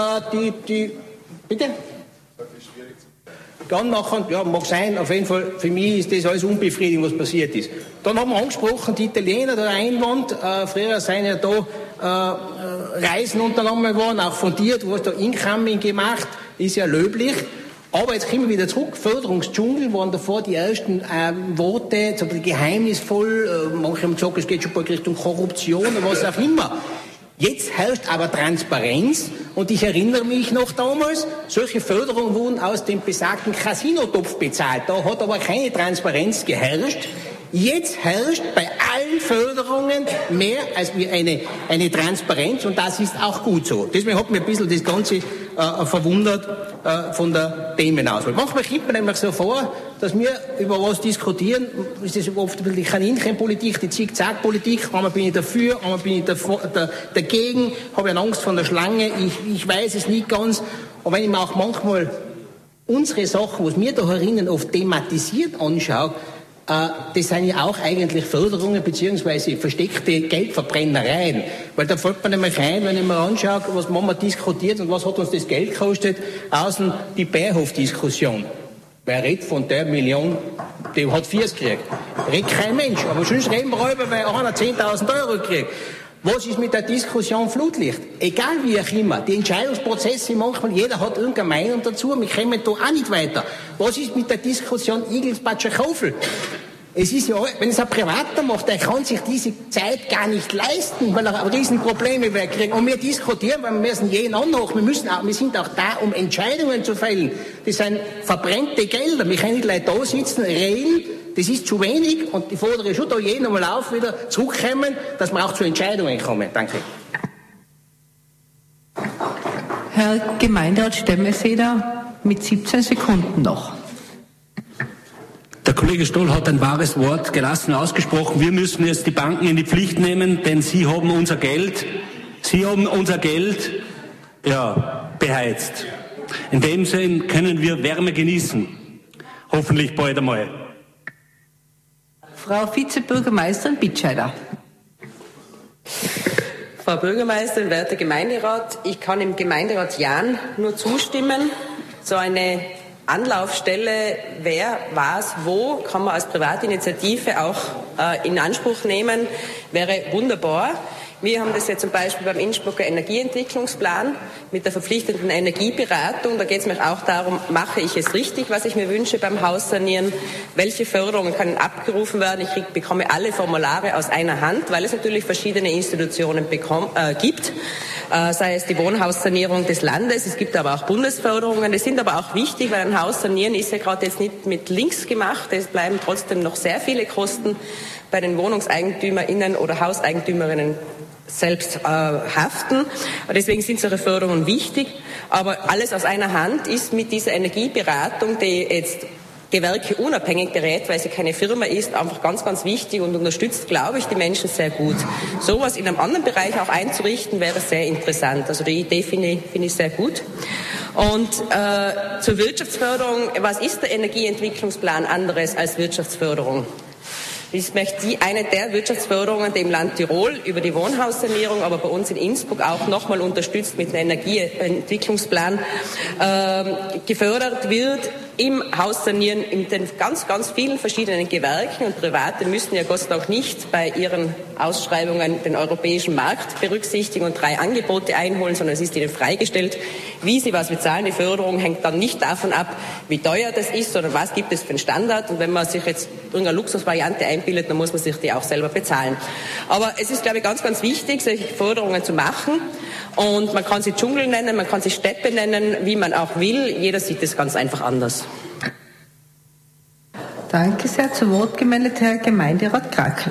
bitte? Dann nachher, ja, mag sein, auf jeden Fall, für mich ist das alles unbefriedigend, was passiert ist. Dann haben wir angesprochen, die Italiener, der Einwand, früher seien ja da Reisen unternommen worden, auch fundiert, du hast da Incoming gemacht, ist ja löblich. Aber jetzt kommen wir wieder zurück, Förderungsdschungel waren davor die ersten Worte, so ein bisschen geheimnisvoll, manche haben gesagt, es geht schon bald Richtung Korruption oder was auch immer. Jetzt herrscht aber Transparenz und ich erinnere mich noch damals, solche Förderungen wurden aus dem besagten Casinotopf bezahlt. Da hat aber keine Transparenz geherrscht. Jetzt herrscht bei allen Förderungen mehr als wie eine Transparenz und das ist auch gut so. Deswegen hat mir ein bisschen das Ganze verwundert von der Themenauswahl. Manchmal kommt mir nämlich so vor, dass wir über was diskutieren, ist das oft ein bisschen die Kaninchenpolitik, die Zickzack-Politik, einmal bin ich dafür, einmal bin ich dagegen, habe ich Angst vor der Schlange, ich weiß es nicht ganz, aber wenn ich mir auch manchmal unsere Sachen, was wir da herinnen oft thematisiert anschaue, das sind ja auch eigentlich Förderungen beziehungsweise versteckte Geldverbrennereien. Weil da fällt man nämlich rein, wenn ich mir anschaue, was man diskutiert und was hat uns das Geld gekostet, außen die Bärhof-Diskussion. Wer redet von der Million, die hat 4 gekriegt? Redet kein Mensch. Aber sonst reden wir darüber, weil einer 10.000 Euro kriegt. Was ist mit der Diskussion Flutlicht? Egal wie auch immer, die Entscheidungsprozesse manchmal, jeder hat irgendeine Meinung dazu, wir kommen da auch nicht weiter. Was ist mit der Diskussion Igels-Batschakofel? Es ist ja, wenn es ein Privater macht, der kann sich diese Zeit gar nicht leisten, weil er Riesenprobleme kriegt. Und wir diskutieren, weil wir müssen jeden anhochen. Wir sind auch da, um Entscheidungen zu fällen. Das sind verbrennte Gelder. Wir können nicht Leute da sitzen, reden. Das ist zu wenig. Und ich fordere schon da jeden einmal auf, wieder zurückkommen, dass wir auch zu Entscheidungen kommen. Danke. Herr Gemeinderat Stemmeseder mit 17 Sekunden noch. Der Kollege Stoll hat ein wahres Wort gelassen ausgesprochen. Wir müssen jetzt die Banken in die Pflicht nehmen, denn sie haben unser Geld beheizt. In dem Sinn können wir Wärme genießen. Hoffentlich bald einmal. Frau Vizebürgermeisterin Bitscheider. Frau Bürgermeisterin, werter Gemeinderat, ich kann im Gemeinderat Jahn nur zustimmen. So eine Anlaufstelle, wer, was, wo, kann man als Privatinitiative auch in Anspruch nehmen, wäre wunderbar. Wir haben das ja zum Beispiel beim Innsbrucker Energieentwicklungsplan mit der verpflichtenden Energieberatung. Da geht es mir auch darum, mache ich es richtig, was ich mir wünsche beim Haussanieren, welche Förderungen können abgerufen werden. Ich bekomme alle Formulare aus einer Hand, weil es natürlich verschiedene Institutionen gibt, sei es die Wohnhaussanierung des Landes, es gibt aber auch Bundesförderungen. Die sind aber auch wichtig, weil ein Haus sanieren ist ja gerade jetzt nicht mit links gemacht. Es bleiben trotzdem noch sehr viele Kosten bei den WohnungseigentümerInnen oder Hauseigentümerinnen selbst haften. Deswegen sind solche Förderungen wichtig. Aber alles aus einer Hand ist mit dieser Energieberatung, die jetzt Gewerke unabhängig berät, weil sie keine Firma ist, einfach ganz, ganz wichtig und unterstützt, glaube ich, die Menschen sehr gut. Sowas in einem anderen Bereich auch einzurichten, wäre sehr interessant. Also die Idee finde ich sehr gut. Und zur Wirtschaftsförderung, was ist der Energieentwicklungsplan anderes als Wirtschaftsförderung? Das ist eine der Wirtschaftsförderungen, die im Land Tirol über die Wohnhaussanierung, aber bei uns in Innsbruck auch nochmal unterstützt mit einem Energieentwicklungsplan gefördert wird. Im Haussanieren in den ganz, ganz vielen verschiedenen Gewerken, und Private müssen ja Gott sei Dank nicht bei ihren Ausschreibungen den europäischen Markt berücksichtigen und 3 Angebote einholen, sondern es ist ihnen freigestellt, wie sie was bezahlen. Die Förderung hängt dann nicht davon ab, wie teuer das ist, sondern was gibt es für einen Standard. Und wenn man sich jetzt irgendeine Luxusvariante einbildet, dann muss man sich die auch selber bezahlen. Aber es ist, glaube ich, ganz, ganz wichtig, solche Förderungen zu machen. Und man kann sie Dschungel nennen, man kann sie Steppe nennen, wie man auch will. Jeder sieht es ganz einfach anders. Danke sehr. Zu Wort gemeldet Herr Gemeinderat Krakel.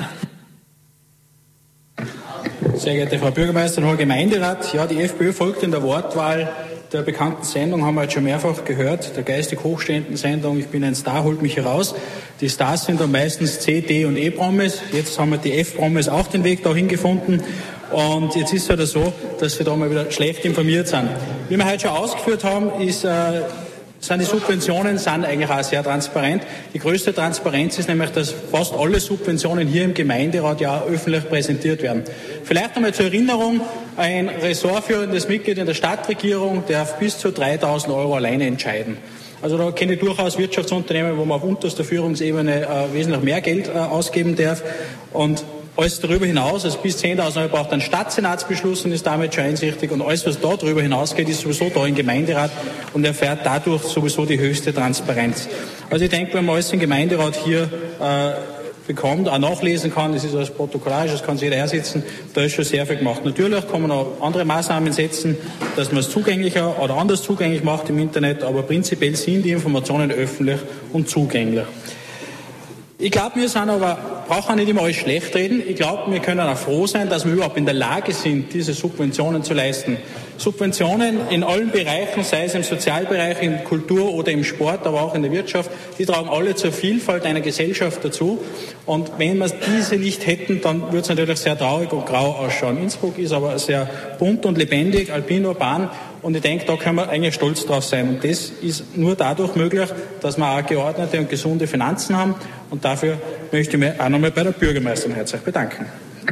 Sehr geehrte Frau Bürgermeisterin, Herr Gemeinderat, ja, die FPÖ folgt in der Wortwahl der bekannten Sendung, haben wir jetzt schon mehrfach gehört, der geistig hochstehenden Sendung Ich bin ein Star, holt mich heraus. Die Stars sind dann meistens C, D und E-Promis. Jetzt haben wir die F-Promis auch den Weg dahin gefunden. Und jetzt ist es halt so, dass wir da mal wieder schlecht informiert sind. Wie wir heute schon ausgeführt haben, sind die Subventionen eigentlich auch sehr transparent. Die größte Transparenz ist nämlich, dass fast alle Subventionen hier im Gemeinderat ja öffentlich präsentiert werden. Vielleicht einmal zur Erinnerung, ein ressortführendes Mitglied in der Stadtregierung darf bis zu 3.000 € alleine entscheiden. Also da kenne ich durchaus Wirtschaftsunternehmen, wo man auf unterster Führungsebene wesentlich mehr Geld ausgeben darf. Und alles darüber hinaus, also bis 10.000 € braucht ein Stadtsenatsbeschluss und ist damit schon einsichtig. Und alles, was da darüber hinausgeht, ist sowieso da im Gemeinderat und erfährt dadurch sowieso die höchste Transparenz. Also ich denke, wenn man alles im Gemeinderat hier bekommt, auch nachlesen kann, das ist alles protokollarisch, das kann sich jeder hersitzen, da ist schon sehr viel gemacht. Natürlich kann man auch andere Maßnahmen setzen, dass man es zugänglicher oder anders zugänglich macht im Internet, aber prinzipiell sind die Informationen öffentlich und zugänglich. Ich glaube, brauchen auch nicht immer alles schlecht reden. Ich glaube, wir können auch froh sein, dass wir überhaupt in der Lage sind, diese Subventionen zu leisten. Subventionen in allen Bereichen, sei es im Sozialbereich, in Kultur oder im Sport, aber auch in der Wirtschaft, die tragen alle zur Vielfalt einer Gesellschaft dazu. Und wenn wir diese nicht hätten, dann würde es natürlich sehr traurig und grau ausschauen. Innsbruck ist aber sehr bunt und lebendig, alpin, urban. Und ich denke, da können wir eigentlich stolz drauf sein. Und das ist nur dadurch möglich, dass wir auch geordnete und gesunde Finanzen haben. Und dafür möchte ich mich auch nochmal bei der Bürgermeisterin herzlich bedanken.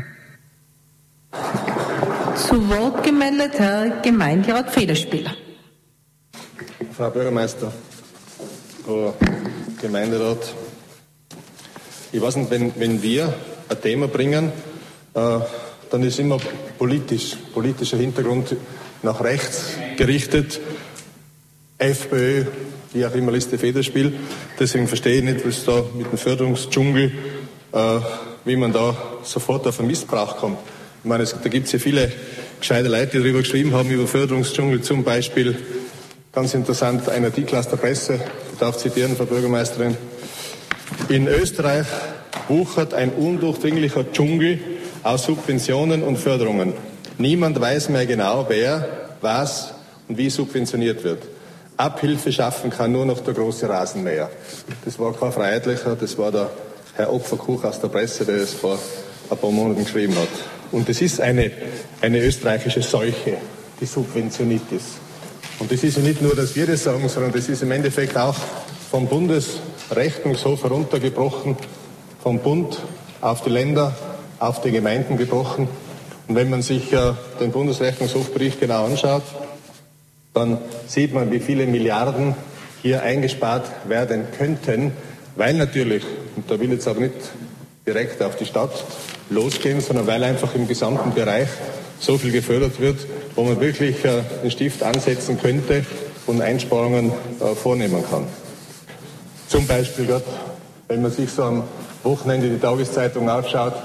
Zu Wort gemeldet Herr Gemeinderat Federspieler. Frau Bürgermeister, Frau Gemeinderat, ich weiß nicht, wenn wir ein Thema bringen, dann ist immer politischer Hintergrund nach rechts gerichtet. FPÖ, wie auch immer, Liste Federspiel. Deswegen verstehe ich nicht, was da mit dem Förderungsdschungel, wie man da sofort auf einen Missbrauch kommt. Ich meine, da gibt es ja viele gescheite Leute, die darüber geschrieben haben, über Förderungsdschungel, zum Beispiel, ganz interessant, ein Artikel aus der Presse, ich darf zitieren, Frau Bürgermeisterin: In Österreich wuchert ein undurchdringlicher Dschungel aus Subventionen und Förderungen. Niemand weiß mehr genau, wer, was und wie subventioniert wird. Abhilfe schaffen kann nur noch der große Rasenmäher. Das war kein Freiheitlicher, das war der Herr Opferkuch aus der Presse, der es vor ein paar Monaten geschrieben hat. Und das ist eine österreichische Seuche, die Subventionitis. Und das ist ja nicht nur, dass wir das sagen, sondern das ist im Endeffekt auch vom Bundesrechnungshof heruntergebrochen, vom Bund auf die Länder, auf die Gemeinden gebrochen. Und wenn man sich den Bundesrechnungshofbericht genau anschaut, dann sieht man, wie viele Milliarden hier eingespart werden könnten, weil natürlich, und da will ich jetzt aber nicht direkt auf die Stadt losgehen, sondern weil einfach im gesamten Bereich so viel gefördert wird, wo man wirklich den Stift ansetzen könnte und Einsparungen vornehmen kann. Zum Beispiel, wenn man sich so am Wochenende die Tageszeitung aufschaut,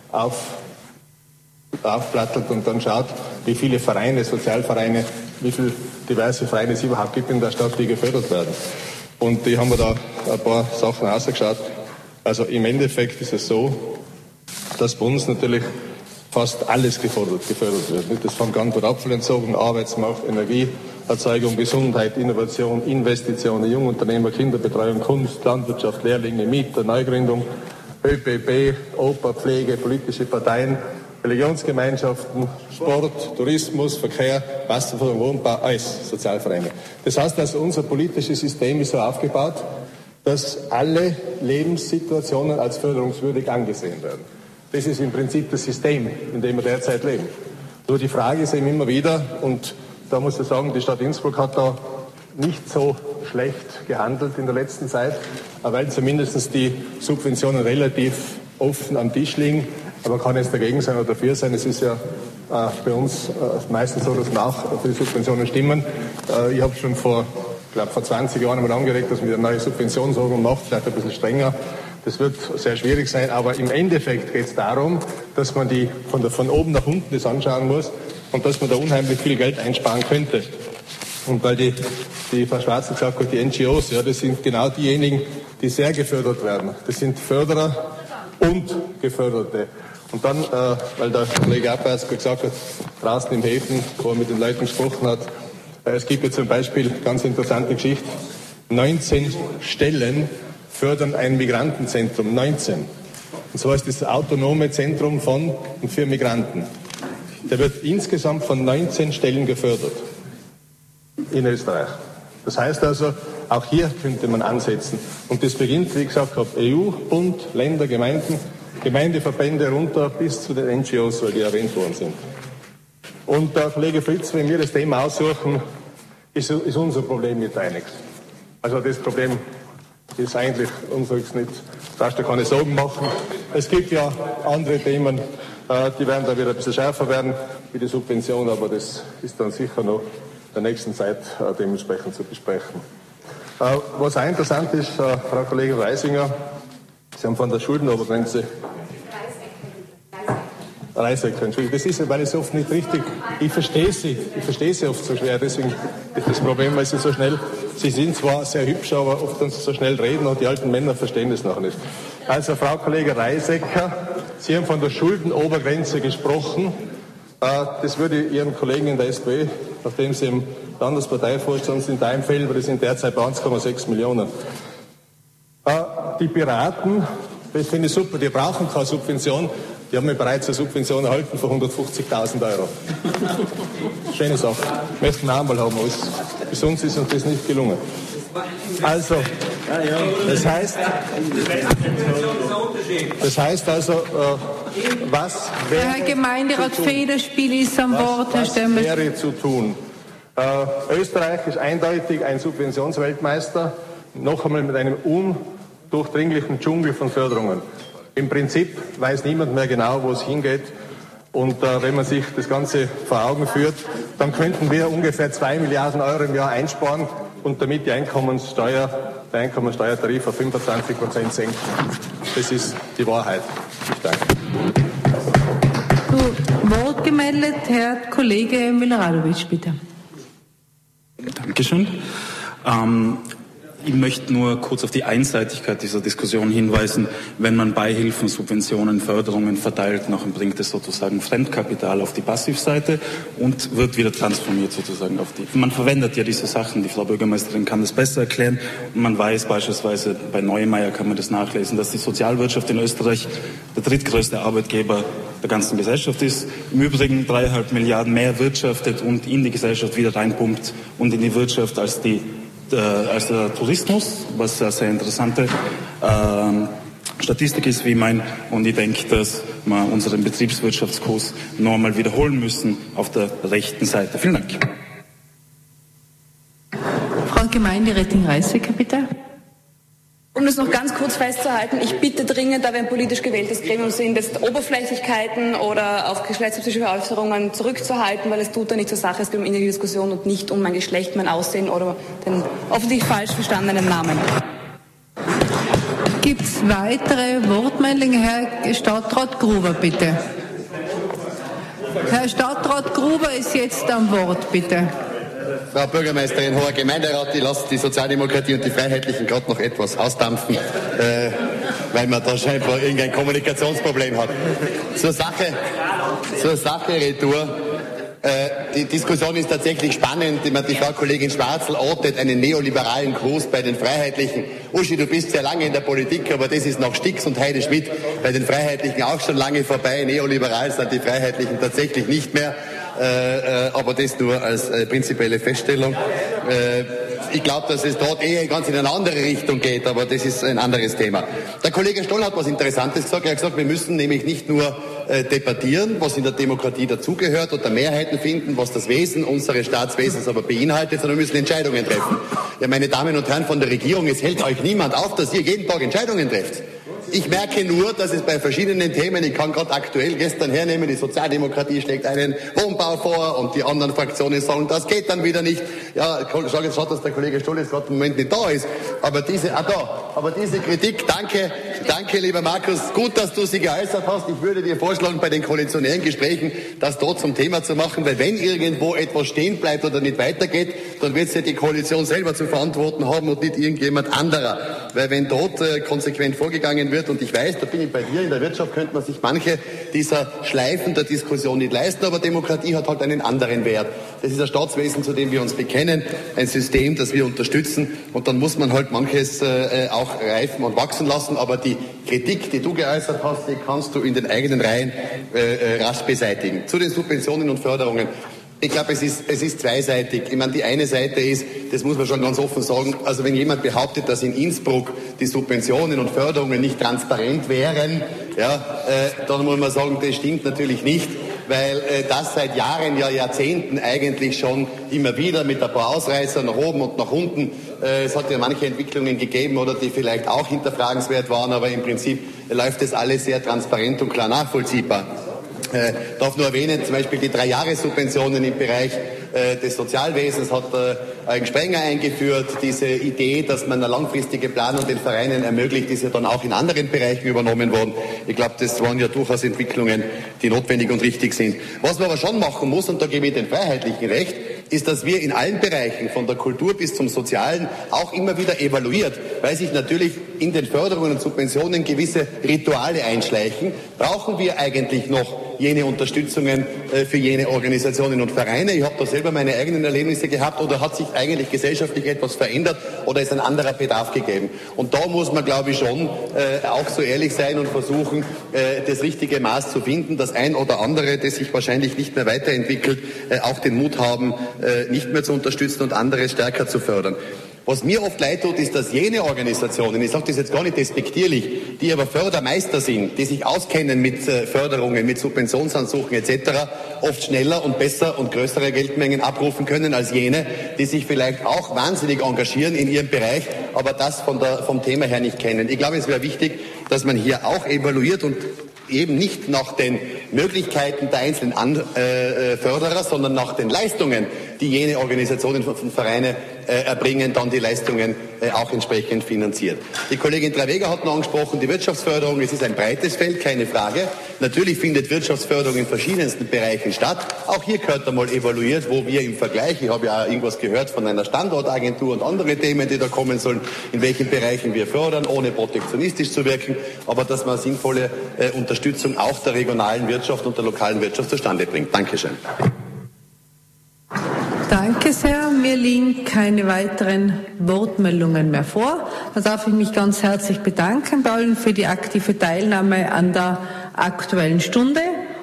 aufplattelt und dann schaut, wie viele Vereine, Sozialvereine, wie viele diverse Vereine es überhaupt gibt in der Stadt, die gefördert werden. Und die haben wir da ein paar Sachen rausgeschaut. Also im Endeffekt ist es so, dass bei uns natürlich fast alles gefördert wird. Das fängt an bei Abfallentsorgung, Arbeitsmarkt, Energieerzeugung, Gesundheit, Innovation, Investitionen, Jungunternehmer, Kinderbetreuung, Kunst, Landwirtschaft, Lehrlinge, Mieter, Neugründung, ÖPB, Oper, Pflege, politische Parteien, Religionsgemeinschaften, Sport, Tourismus, Verkehr, Wasserversorgung, Wohnbau, alles Sozialvereine. Das heißt also, unser politisches System ist so aufgebaut, dass alle Lebenssituationen als förderungswürdig angesehen werden. Das ist im Prinzip das System, in dem wir derzeit leben. Nur die Frage ist eben immer wieder, und da muss ich sagen, die Stadt Innsbruck hat da nicht so schlecht gehandelt in der letzten Zeit, weil zumindest die Subventionen relativ offen am Tisch liegen. Aber man kann jetzt dagegen sein oder dafür sein. Es ist ja bei uns meistens so, dass nach für die Subventionen stimmen. Ich habe schon vor 20 Jahren einmal angeregt, dass man eine neue Subventionsordnung macht, vielleicht ein bisschen strenger. Das wird sehr schwierig sein, aber im Endeffekt geht es darum, dass man die von oben nach unten das anschauen muss und dass man da unheimlich viel Geld einsparen könnte. Und weil die Frau Schwarzer gesagt hat, die NGOs, ja, das sind genau diejenigen, die sehr gefördert werden. Das sind Förderer und Geförderte. Und dann, weil der Kollege Abwärts gesagt hat, draußen im Häfen, wo er mit den Leuten gesprochen hat, es gibt ja zum Beispiel, ganz interessante Geschichte, 19 Stellen fördern ein Migrantenzentrum, 19. Und so heißt das autonome Zentrum von und für Migranten. Der wird insgesamt von 19 Stellen gefördert in Österreich. Das heißt also, auch hier könnte man ansetzen. Und das beginnt, wie gesagt, EU, Bund, Länder, Gemeinden, Gemeindeverbände runter bis zu den NGOs, weil die erwähnt worden sind. Und der Kollege Fritz, wenn wir das Thema aussuchen, ist unser Problem nicht einiges. Also das Problem ist eigentlich unseres nicht, darfst du keine Sorgen machen. Es gibt ja andere Themen, die werden da wieder ein bisschen schärfer werden, wie die Subvention, aber das ist dann sicher noch in der nächsten Zeit dementsprechend zu besprechen. Was auch interessant ist, Frau Kollegin Reisinger, Sie haben von der Schuldenobergrenze Reisecker, Entschuldigung. Das ist, weil ich es oft nicht richtig, ich verstehe sie oft so schwer, deswegen ist das Problem, weil sie so schnell, sie sind zwar sehr hübsch, aber oft dann so schnell reden und die alten Männer verstehen das noch nicht. Also Frau Kollege Reisecker, Sie haben von der Schuldenobergrenze gesprochen. Das würde ich Ihren Kollegen in der SPÖ, nachdem Sie im Landesparteivorstand sind, da empfehlen, weil das sind derzeit bei 1,6 Millionen. Die Piraten, das finde ich super, die brauchen keine Subvention. Die haben mir bereits eine Subvention erhalten von 150.000 Euro. Schöne Sache. Möchten wir einmal haben, bis uns ist uns das nicht gelungen. Also, das heißt also, was wäre Herr Gemeinderat Federspiel ist am Wort, Herr Stemmel. Was wäre zu tun? Österreich ist eindeutig ein Subventionsweltmeister, noch einmal mit einem undurchdringlichen Dschungel von Förderungen. Im Prinzip weiß niemand mehr genau, wo es hingeht. Und wenn man sich das Ganze vor Augen führt, dann könnten wir ungefähr 2 Milliarden Euro im Jahr einsparen und damit der Einkommensteuertarif auf 25% senken. Das ist die Wahrheit. Ich danke. Zu Wort gemeldet, Herr Kollege Milorad, bitte. Dankeschön. Ich möchte nur kurz auf die Einseitigkeit dieser Diskussion hinweisen. Wenn man Beihilfen, Subventionen, Förderungen verteilt, nachher bringt es sozusagen Fremdkapital auf die Passivseite und wird wieder transformiert sozusagen auf die. Man verwendet ja diese Sachen, die Frau Bürgermeisterin kann das besser erklären. Und man weiß beispielsweise, bei Neumeier kann man das nachlesen, dass die Sozialwirtschaft in Österreich der drittgrößte Arbeitgeber der ganzen Gesellschaft ist. Im Übrigen 3,5 Milliarden mehr wirtschaftet und in die Gesellschaft wieder reinpumpt und in die Wirtschaft als der Tourismus, was eine sehr interessante Statistik ist, wie ich meine. Und ich denke, dass wir unseren Betriebswirtschaftskurs noch einmal wiederholen müssen auf der rechten Seite. Vielen Dank. Frau Gemeinderätin Reissecker, bitte. Um das noch ganz kurz festzuhalten, ich bitte dringend, da wir ein politisch gewähltes Gremium sind, jetzt Oberflächlichkeiten oder auf geschlechtsspezifische Äußerungen zurückzuhalten, weil es tut da nicht zur Sache, es geht um innere Diskussion und nicht um mein Geschlecht, mein Aussehen oder den offensichtlich falsch verstandenen Namen. Gibt es weitere Wortmeldungen? Herr Stadtrat Gruber, bitte. Herr Stadtrat Gruber ist jetzt am Wort, bitte. Frau Bürgermeisterin, hoher Gemeinderat, ich lasse die Sozialdemokratie und die Freiheitlichen gerade noch etwas ausdampfen, weil man da scheinbar irgendein Kommunikationsproblem hat. Zur Sache Retour. Die Diskussion ist tatsächlich spannend. Die Frau Kollegin Schwarzel ortet einen neoliberalen Gruß bei den Freiheitlichen. Uschi, du bist sehr lange in der Politik, aber das ist nach Stix und Heide Schmidt bei den Freiheitlichen auch schon lange vorbei. Neoliberal sind die Freiheitlichen tatsächlich nicht mehr. Aber das nur als prinzipielle Feststellung. Ich glaube, dass es dort eher ganz in eine andere Richtung geht, aber das ist ein anderes Thema. Der Kollege Stoll hat was Interessantes gesagt. Er hat gesagt, wir müssen nämlich nicht nur debattieren, was in der Demokratie dazugehört oder Mehrheiten finden, was das Wesen unseres Staatswesens aber beinhaltet, sondern wir müssen Entscheidungen treffen. Ja, meine Damen und Herren von der Regierung, es hält euch niemand auf, dass ihr jeden Tag Entscheidungen trefft. Ich merke nur, dass es bei verschiedenen Themen, ich kann gerade aktuell gestern hernehmen, die Sozialdemokratie schlägt einen Wohnbau vor und die anderen Fraktionen sagen, das geht dann wieder nicht. Ja, schau jetzt, dass der Kollege Stoll jetzt gerade im Moment nicht da ist. Aber diese Kritik, danke lieber Markus, gut, dass du sie geäußert hast. Ich würde dir vorschlagen, bei den koalitionären Gesprächen das dort zum Thema zu machen, weil wenn irgendwo etwas stehen bleibt oder nicht weitergeht, dann wird es ja die Koalition selber zu verantworten haben und nicht irgendjemand anderer. Weil wenn dort konsequent vorgegangen wird, und ich weiß, da bin ich bei dir, in der Wirtschaft könnte man sich manche dieser Schleifen der Diskussion nicht leisten, aber Demokratie hat halt einen anderen Wert. Das ist ein Staatswesen, zu dem wir uns bekennen, ein System, das wir unterstützen, und dann muss man halt manches auch reifen und wachsen lassen, aber die Kritik, die du geäußert hast, die kannst du in den eigenen Reihen rasch beseitigen. Zu den Subventionen und Förderungen. Ich glaube, es ist zweiseitig. Ich meine, die eine Seite ist, das muss man schon ganz offen sagen, also wenn jemand behauptet, dass in Innsbruck die Subventionen und Förderungen nicht transparent wären, ja, dann muss man sagen, das stimmt natürlich nicht, weil das seit Jahren, ja Jahrzehnten eigentlich schon immer wieder mit ein paar Ausreißern nach oben und nach unten, es hat ja manche Entwicklungen gegeben, oder die vielleicht auch hinterfragenswert waren, aber im Prinzip läuft das alles sehr transparent und klar nachvollziehbar. Ich darf nur erwähnen, zum Beispiel die 3-Jahres-Subventionen im Bereich des Sozialwesens hat Eugen Sprenger eingeführt. Diese Idee, dass man eine langfristige Planung den Vereinen ermöglicht, ist ja dann auch in anderen Bereichen übernommen worden. Ich glaube, das waren ja durchaus Entwicklungen, die notwendig und richtig sind. Was man aber schon machen muss, und da gebe ich den Freiheitlichen recht, ist, dass wir in allen Bereichen, von der Kultur bis zum Sozialen, auch immer wieder evaluiert, weil sich natürlich in den Förderungen und Subventionen gewisse Rituale einschleichen. Brauchen wir eigentlich noch jene Unterstützungen für jene Organisationen und Vereine? Ich habe da selber meine eigenen Erlebnisse gehabt, oder hat sich eigentlich gesellschaftlich etwas verändert oder ist ein anderer Bedarf gegeben? Und da muss man, glaube ich, schon auch so ehrlich sein und versuchen, das richtige Maß zu finden. Das ein oder andere, das sich wahrscheinlich nicht mehr weiterentwickelt, auch den Mut haben, nicht mehr zu unterstützen und andere stärker zu fördern. Was mir oft leid tut, ist, dass jene Organisationen, ich sage das jetzt gar nicht despektierlich, die aber Fördermeister sind, die sich auskennen mit Förderungen, mit Subventionsansuchen etc., oft schneller und besser und größere Geldmengen abrufen können als jene, die sich vielleicht auch wahnsinnig engagieren in ihrem Bereich, aber das vom Thema her nicht kennen. Ich glaube, es wäre wichtig, dass man hier auch evaluiert, und eben nicht nach den Möglichkeiten der einzelnen Förderer, sondern nach den Leistungen, die jene Organisationen und Vereine erbringen, dann die Leistungen auch entsprechend finanziert. Die Kollegin Travega hat noch angesprochen, die Wirtschaftsförderung, es ist ein breites Feld, keine Frage. Natürlich findet Wirtschaftsförderung in verschiedensten Bereichen statt. Auch hier gehört einmal evaluiert, wo wir im Vergleich, ich habe ja auch irgendwas gehört von einer Standortagentur und andere Themen, die da kommen sollen, in welchen Bereichen wir fördern, ohne protektionistisch zu wirken, aber dass man sinnvolle Unterstützung auch der regionalen Wirtschaft und der lokalen Wirtschaft zustande bringt. Dankeschön. Danke sehr. Mir liegen keine weiteren Wortmeldungen mehr vor. Da darf ich mich ganz herzlich bedanken bei allen für die aktive Teilnahme an der Aktuellen Stunde.